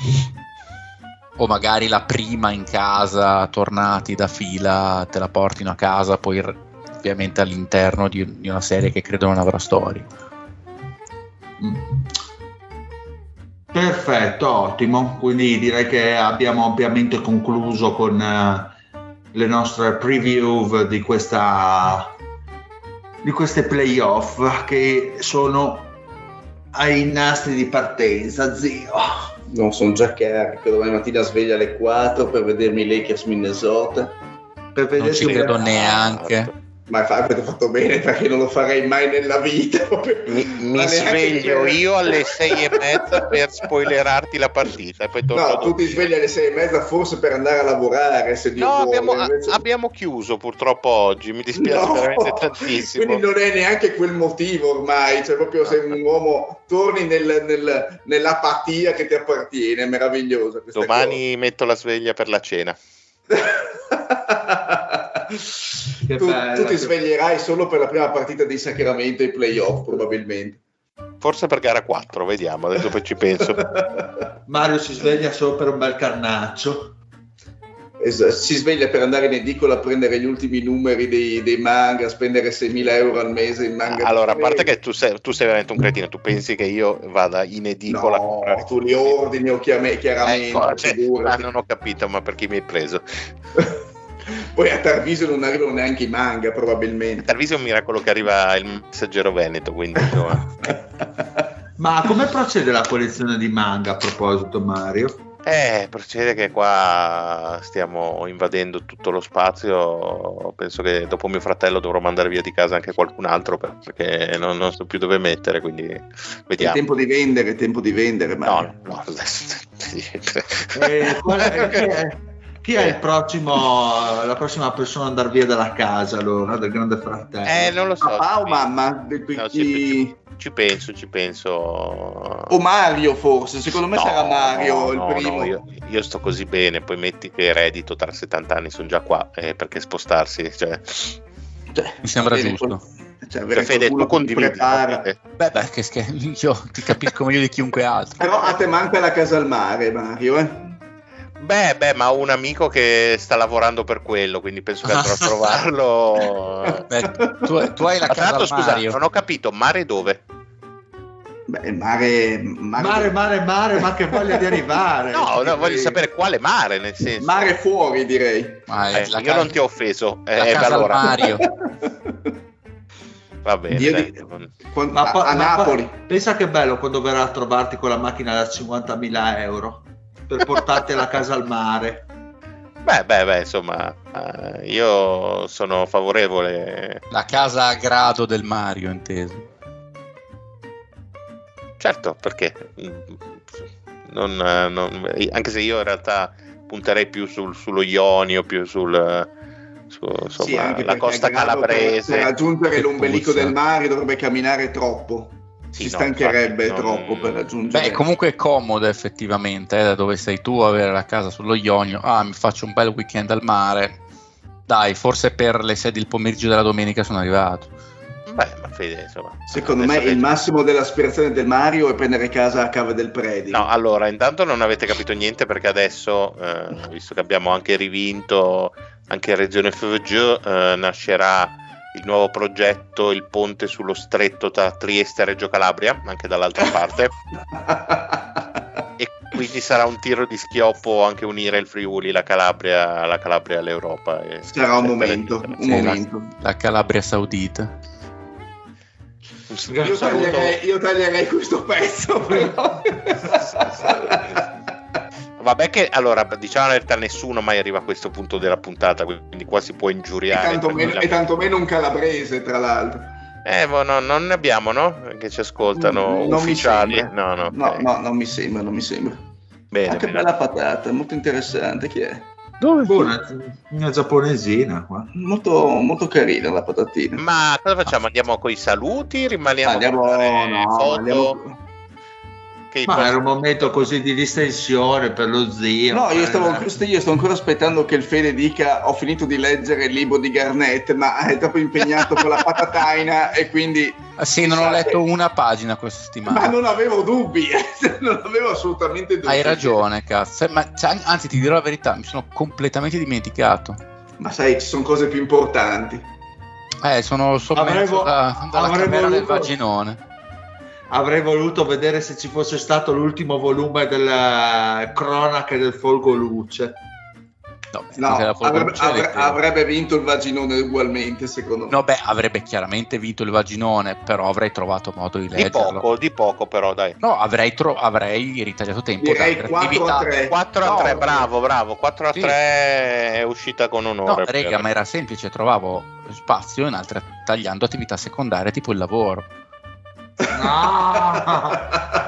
o magari la prima in casa, tornati da fila, te la portino a casa, poi ovviamente all'interno di, di una serie che credo non avrà storia. Perfetto, ottimo. Quindi direi che abbiamo ovviamente concluso con uh, le nostre preview di questa di queste playoff, che sono ai nastri di partenza, zio. Non sono già carico, domani mattina sveglia alle quattro per vedermi Lakers Minnesota. Per non ci credo neanche. Ma avete fatto bene, perché non lo farei mai nella vita. Mi, mi sveglio per... io alle sei e mezza per spoilerarti la partita. E poi no, tu ti svegli alle sei e mezza forse per andare a lavorare. Se Dio no, vuole, abbiamo, invece... abbiamo chiuso purtroppo oggi. Mi dispiace no, veramente tantissimo. Quindi non è neanche quel motivo ormai. Cioè, proprio sei un uomo, torni nel, nel, nell'apatia che ti appartiene. È meravigliosa. Domani cosa. Metto la sveglia per la cena. tu, tu ti sveglierai solo per la prima partita di Sacramento e playoff probabilmente, forse per gara quattro, vediamo, adesso poi ci penso. Mario si sveglia solo per un bel carnaccio. Esatto, si sveglia per andare in edicola a prendere gli ultimi numeri dei, dei manga, spendere seimila euro al mese in manga. Allora, a parte che tu sei, tu sei veramente un cretino, tu pensi che io vada in edicola no, a tu li ordini o chiaramente, ecco, cioè, ah, non ho capito, ma per chi mi hai preso? Poi a Tarvisio non arrivano neanche i manga probabilmente. A Tarvisio è un miracolo che arriva il Messaggero Veneto, quindi insomma. Ma come procede la collezione di manga a proposito, Mario? Eh, procede che qua stiamo invadendo tutto lo spazio. Penso che dopo mio fratello dovrò mandare via di casa anche qualcun altro perché non, non so più dove mettere, quindi vediamo. È tempo di vendere, è tempo di vendere. Ma... No, no, no. eh, qual è, chi è, chi è il prossimo, la prossima persona ad andare via dalla casa allora, del grande fratello? Eh, non lo so. Papà o mamma? Del, no, ci, ci penso, ci penso. O Mario forse, secondo me no, sarà Mario no, il primo. No, io, io sto così bene, poi metti che eredito tra settanta anni, sono già qua, eh, perché spostarsi? Cioè... Cioè, mi sembra bene, giusto. Cioè, cioè, Fede, tu condividi. Beh, beh, che, che io ti capisco meglio di chiunque altro. Però a te manca la casa al mare, Mario, eh? Beh, beh, ma ho un amico che sta lavorando per quello, quindi penso che andrò a trovarlo. Beh, tu, tu hai la ma casa al scusa, Mario. Non ho capito, mare dove? Beh, mare, mare, mare, mare, mare, ma che voglia di arrivare. No, no, voglio sapere quale mare, nel senso. Mare fuori, direi. Ah, eh, io casa... non ti ho offeso. La eh, casa allora. Mario. Va bene. Dio dai. Di... Quando, ma a, a ma Napoli. Pensa che bello quando verrà a trovarti con la macchina da cinquantamila euro per portarti alla casa al mare. Beh, beh, beh, insomma, uh, io sono favorevole. La casa a grado del Mario, inteso. Certo, perché non, non, anche se io in realtà punterei più sul, sullo Ionio, più sul su, insomma, sì, la costa calabrese. Per, per raggiungere l'ombelico del mare dovrebbe camminare troppo. Sì, si no, stancherebbe infatti, troppo non... per raggiungere. Beh, comunque è comodo effettivamente, eh, da dove sei tu, avere la casa sullo Ionio. Ah, mi faccio un bel weekend al mare. Dai, forse per le sei del pomeriggio della domenica sono arrivato. Beh, ma Fede, insomma. Secondo me il massimo dell'aspirazione del Mario è prendere casa a Cave del Predi. No, allora, intanto non avete capito niente perché adesso, eh, visto che abbiamo anche rivinto anche in Regione F V G, eh, nascerà il nuovo progetto, il ponte sullo stretto tra Trieste e Reggio Calabria, anche dall'altra parte. E quindi sarà un tiro di schioppo anche unire il Friuli, la Calabria, la Calabria all'Europa. E sarà un momento, un sì, momento. La, la Calabria Saudita. Io taglierei, io taglierei questo pezzo, però. Vabbè che allora diciamo la verità, nessuno mai arriva a questo punto della puntata, quindi qua si può ingiuriare. E tanto, meno, e tanto meno un calabrese, tra l'altro. Eh, boh, no, non ne abbiamo, no? Che ci ascoltano non ufficiali. No, no, no, okay. no, non mi sembra, non mi sembra. Bene, ah, che bene. bella patata, molto interessante. Chi è? Dove? Buona, una giapponesina qua. Molto, molto carina la patatina. Ma cosa facciamo? Andiamo con i saluti? Rimaniamo andiamo, a no, foto? andiamo... Che Ma posso... era un momento così di distensione per lo zio. No, io, per... stavo, io sto ancora aspettando che il Fede dica ho finito di leggere il libro di Garnett, ma è troppo impegnato con la patataina e quindi... Ah, sì, non ho letto una pagina questa settimana. Ma non avevo dubbi, non avevo assolutamente dubbi. Hai ragione, cazzo. Ma, cioè, anzi, ti dirò la verità, mi sono completamente dimenticato. Ma sai, ci sono cose più importanti. Eh, sono sommerso da, dalla camera del vaginone. Avrei voluto vedere se ci fosse stato l'ultimo volume delle cronache del Folgoluce. No, beh, No, avrebbe, avrebbe, avrebbe vinto il vaginone ugualmente, secondo me. No, beh, avrebbe chiaramente vinto il vaginone, però avrei trovato modo di leggerlo. Di poco, di poco però, dai. No, avrei, tro- avrei ritagliato tempo. Direi quattro a tre. quattro a tre, no, bravo, bravo. quattro a tre sì. È uscita con onore. No, rega, ma era semplice, trovavo spazio in altre, tagliando attività secondarie tipo il lavoro. No!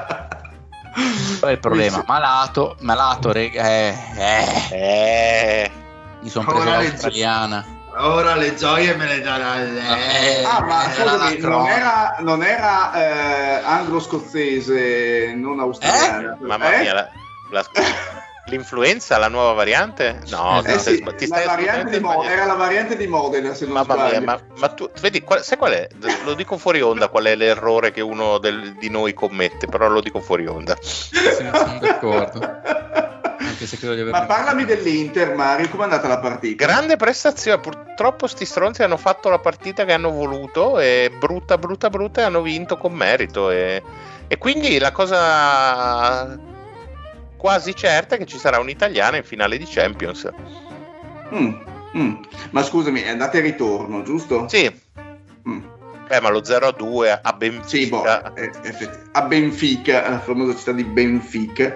Poi il problema, malato, malato, rega, eh, eh, eh. mi sono preso l'australiana. Ora le gioie me le dà eh, ah ma scusami, non era, non era eh, anglo-scozzese, non australiana, eh? Mamma eh? mia la, la, l'influenza, la nuova variante? No, eh, ti sì, stai, ti la stai variante di Mo- era la variante di Modena, se non Mamma sbaglio. mia, ma, ma tu vedi, qual, sai qual è? Lo dico fuori onda qual è l'errore che uno del, di noi commette, però lo dico fuori onda. Sì, sono d'accordo. Anche se credo di aver ma parlami dell'Inter, Mario, com'è andata la partita? Grande prestazione, purtroppo sti stronzi hanno fatto la partita che hanno voluto e brutta brutta brutta e hanno vinto con merito e, e quindi la cosa quasi certa è che ci sarà un'italiana in finale di Champions. Mm, mm. Ma scusami, è andata e ritorno, giusto? Sì. Mm. Eh, ma lo zero a due a Benfica. Sì, boh, eh, a Benfica, la famosa città di Benfica.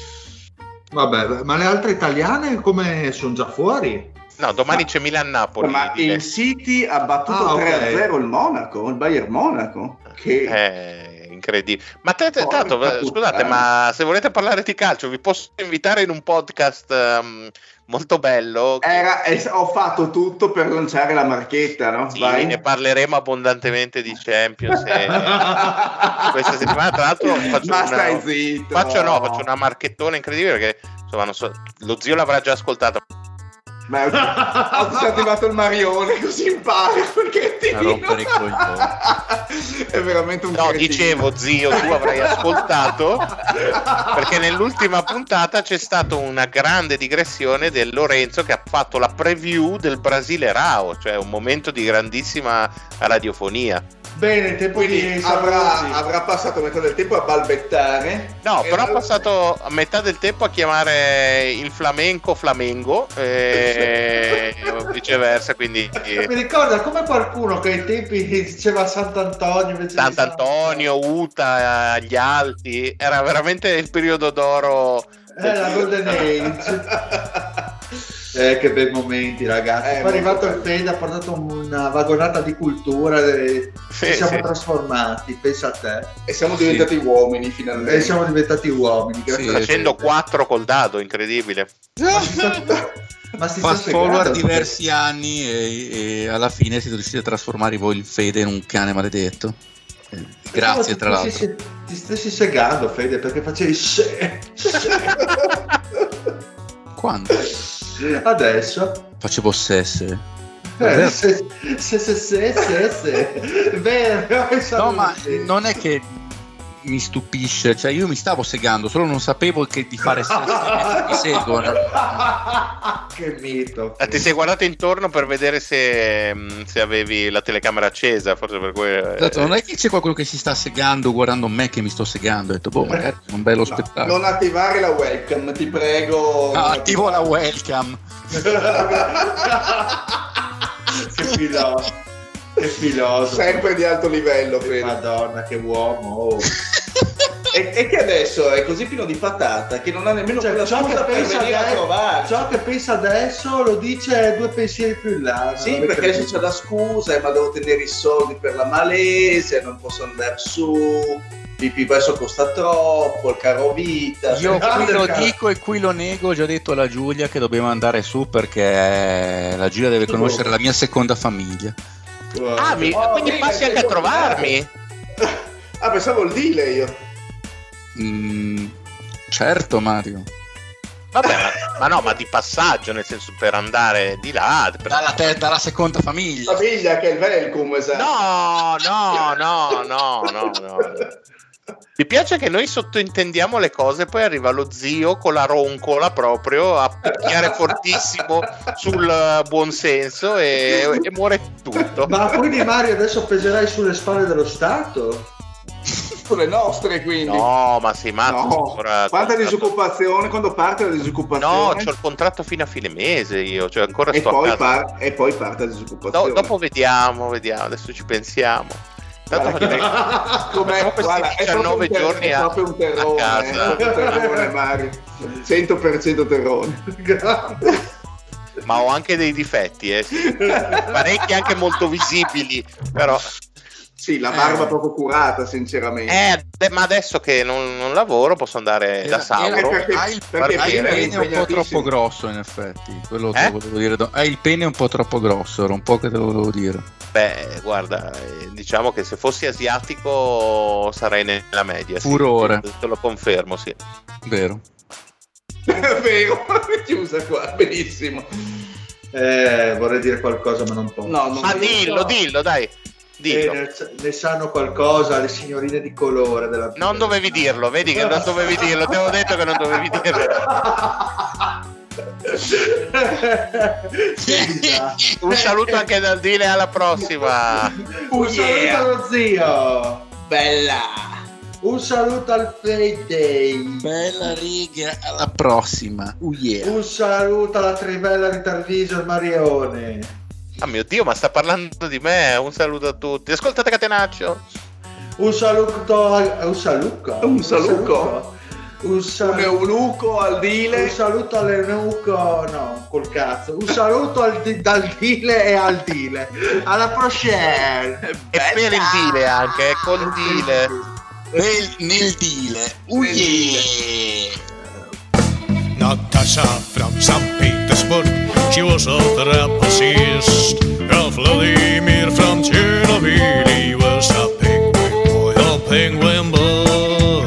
Vabbè, ma le altre italiane come sono già fuori? No, domani ma, c'è Milan-Napoli. Ma il City ha battuto ah, tre a zero okay. il Monaco, il Bayern Monaco. Che... Eh, incredibile. Ma te, te, tanto, scusate, ma se volete parlare di calcio vi posso invitare in un podcast um, molto bello. Era, eh, ho fatto tutto per lanciare la marchetta, no? Sì, Vai. ne parleremo abbondantemente di Champions e... questa settimana tra l'altro faccio ma una, stai zitto faccio, no, faccio una marchettona incredibile perché insomma non so, lo zio l'avrà già ascoltato. Ma oggi è arrivato il Marione, così impara quel cretino. A rompere i coglioni. È veramente un no cretino. Dicevo zio, tu avrai ascoltato perché nell'ultima puntata c'è stata una grande digressione del Lorenzo che ha fatto la preview del Brasile Rao, cioè un momento di grandissima radiofonia. Bene, tempo di avrà, avrà passato metà del tempo a balbettare. No, però ha passato metà del tempo a chiamare il flamenco Flamengo e viceversa, quindi mi ricorda come qualcuno che ai tempi diceva Sant'Antonio invece Sant'Antonio, Uta, gli Alti, era veramente il periodo d'oro. Eh, la Golden Age. Eh, che bei momenti, ragazzi. Eh, Poi è arrivato il Fede, ha portato una vagonata di cultura e sì, ci siamo sì. trasformati, pensa a te. E siamo diventati sì. uomini finalmente. E siamo diventati uomini. Sì, facendo quattro col dado, incredibile. Ma si sta, ma si fast forward diversi perché... anni e, e alla fine siete riusciti a trasformare voi il Fede in un cane maledetto. Eh, grazie, tra l'altro. Ti, ti stessi segando, Fede, perché facevi se, se. Quando? Adesso facevo sesse. Eh, se se se se se se vero. No, ma non è che mi stupisce, cioè io mi stavo segando, solo non sapevo che di fare sesso mi seguono. Che mito. Eh, ti sei guardato intorno per vedere se, se avevi la telecamera accesa, forse per quello. Esatto, non è che c'è qualcuno che si sta segando guardando me che mi sto segando, ho detto boh, magari è un bello no, spettacolo. Non attivare la webcam, ti prego. No, attivo la webcam. Che filosofo, che filosofo. Sempre di alto livello, Fede. Madonna, che uomo. Oh. E, e che adesso è così pieno di patata che non ha nemmeno cioè, quella ciò scusa che per pensa venire adesso, a trovare. Ciò che pensa adesso lo dice due pensieri più in là. Sì, perché adesso c'è la scusa, eh, ma devo tenere i soldi per la Malesia, non posso andare su. Pipì adesso costa troppo, il caro vita. Io qui lo dico e qui lo nego, ho già detto alla Giulia che dobbiamo andare su perché la Giulia deve conoscere oh. la mia seconda famiglia. Wow. Ah, mi, oh, quindi passi anche a trovarmi? Ah, pensavo il deal io. Mm, certo, Mario. Vabbè, ma, ma no, ma di passaggio, nel senso per andare di là. Per... Dalla, te, dalla seconda famiglia. Famiglia che è il welcome, esatto. No, no, no, no, no, no. Mi piace che noi sottointendiamo le cose, poi arriva lo zio con la roncola proprio a picchiare fortissimo sul buonsenso e, e muore tutto. Ma quindi Mario adesso peserai sulle spalle dello Stato? sulle nostre, quindi. No, ma sei matto. No. Ancora Quanta contratto... disoccupazione, quando parte la disoccupazione? No, c'ho il contratto fino a fine mese io, cioè ancora e sto poi, a casa. par- e poi parte la disoccupazione. Do- dopo vediamo, vediamo, adesso ci pensiamo. Tanto Guarda, facciamo com'è, questi guarda, è proprio diciannove un ter- giorni è a, proprio un terrone, a è casa. proprio un terrone, Mario. cento per cento terrone. Ma ho anche dei difetti, eh, sì. Parecchi anche molto visibili, però... Sì, la barba Eh. proprio curata, sinceramente. Eh, ade- ma adesso che non, non lavoro posso andare da Era- Sauro. perché- Hai il, perché hai il prima era pene un po' impegnatissimo. troppo grosso, in effetti. Quello che Eh? volevo dire. do- Hai il pene un po' troppo grosso, era un po' che te lo volevo dire. Beh, guarda, eh, diciamo che se fossi asiatico sarei nella media. Sì. Furore. Te lo confermo, sì. Vero. È vero, chiusa qua, benissimo. Eh, vorrei dire qualcosa, ma non posso. No, non Ma mi- dillo, dillo, dai. Eh, Dillo. ne, ne sanno qualcosa le signorine di colore della Non dovevi dirlo, vedi che non dovevi dirlo, ti avevo detto che non dovevi dirlo. Un saluto anche dal Dile, alla prossima. Un Oh, saluto yeah. allo zio. Bella. Un saluto al Payday. Bella riga, alla prossima. Uh, yeah. Un saluto alla trivella di Tarvisio Marione. Ah mio Dio, ma sta parlando di me. Un saluto a tutti. Ascoltate Catenaccio. Un saluto a... un saluto. Un saluto? Un Un saluto. eunuco al Un dile. saluto all'eunuco, no, col cazzo. Un saluto al di- dal Dile e al Dile. Alla prochaine. E per il Dile anche, eh, col Dile. Nel, nel dile. Uh, Nel yeah. Natasha from Saint Petersburg, she was a trapezist. Uh, Vladimir from Chernobyl, he was a penguin boy, a penguin boy.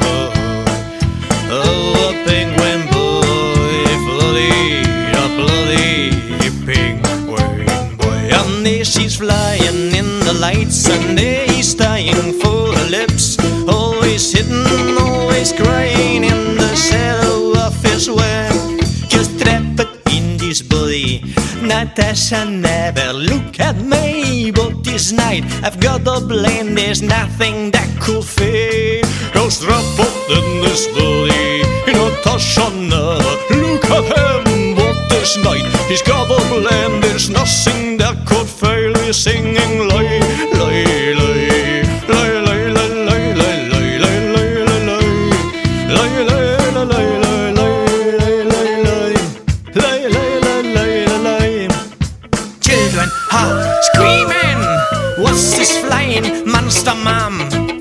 Oh, a penguin boy, bloody, a bloody penguin boy. And there she's flying in the lights, and there he's dying for her lips. Always hidden, always crying in the shadow of his web. Just trapped in this body. Natasha, never look at me. But this night I've got a blame. There's nothing that could fade. Just trapped in this body. Natasha, never look at him. But this night he's got a blame. There's nothing that could fail. He's singing lay, lay, lay, lay, lay, lay, lay, lay, lay, lay, lay, lay, lay, lay, lay, lay, lay, lay, lay, lay. Children are screaming. What's this flying monster, mom?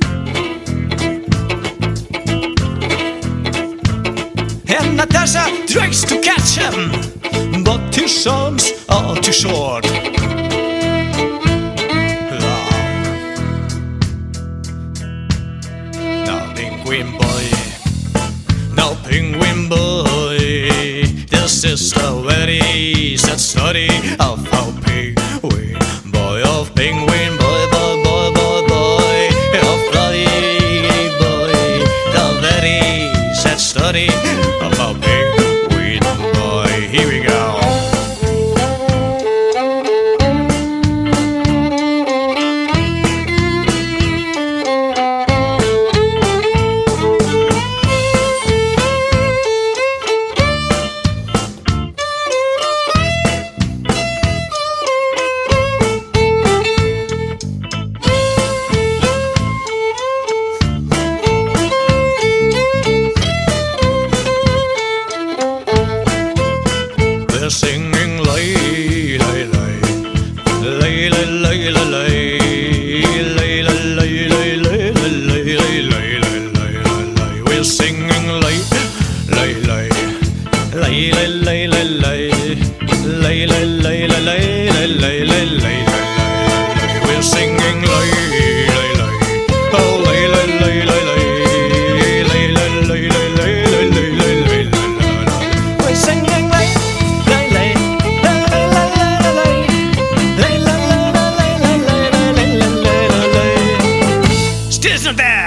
And Natasha tries to catch him, but his arms are too short. Now, penguin boy, now penguin boy, this is the very sad story of how penguin boy, of penguin boy, boy, boy, boy, boy, of bloody boy, the very sad story of how penguin boy. Here we go. They're singing lay, lay, lay, lay, lay, lay, lay, lay, lay, lay, lay, lay, lay, lay, lay, lay, lay, lay. We're singing lay, lay, lay, lay, lay, lay, lay, lay, lay, lay, lay, lay, lay, lay, lay, lay. We're singing lay, lay, lay, oh lay, lay, lay, lay, lay, lay, lay, lay, lay, lay, lay, lay, lay, lay. We're singing lay. Still not there.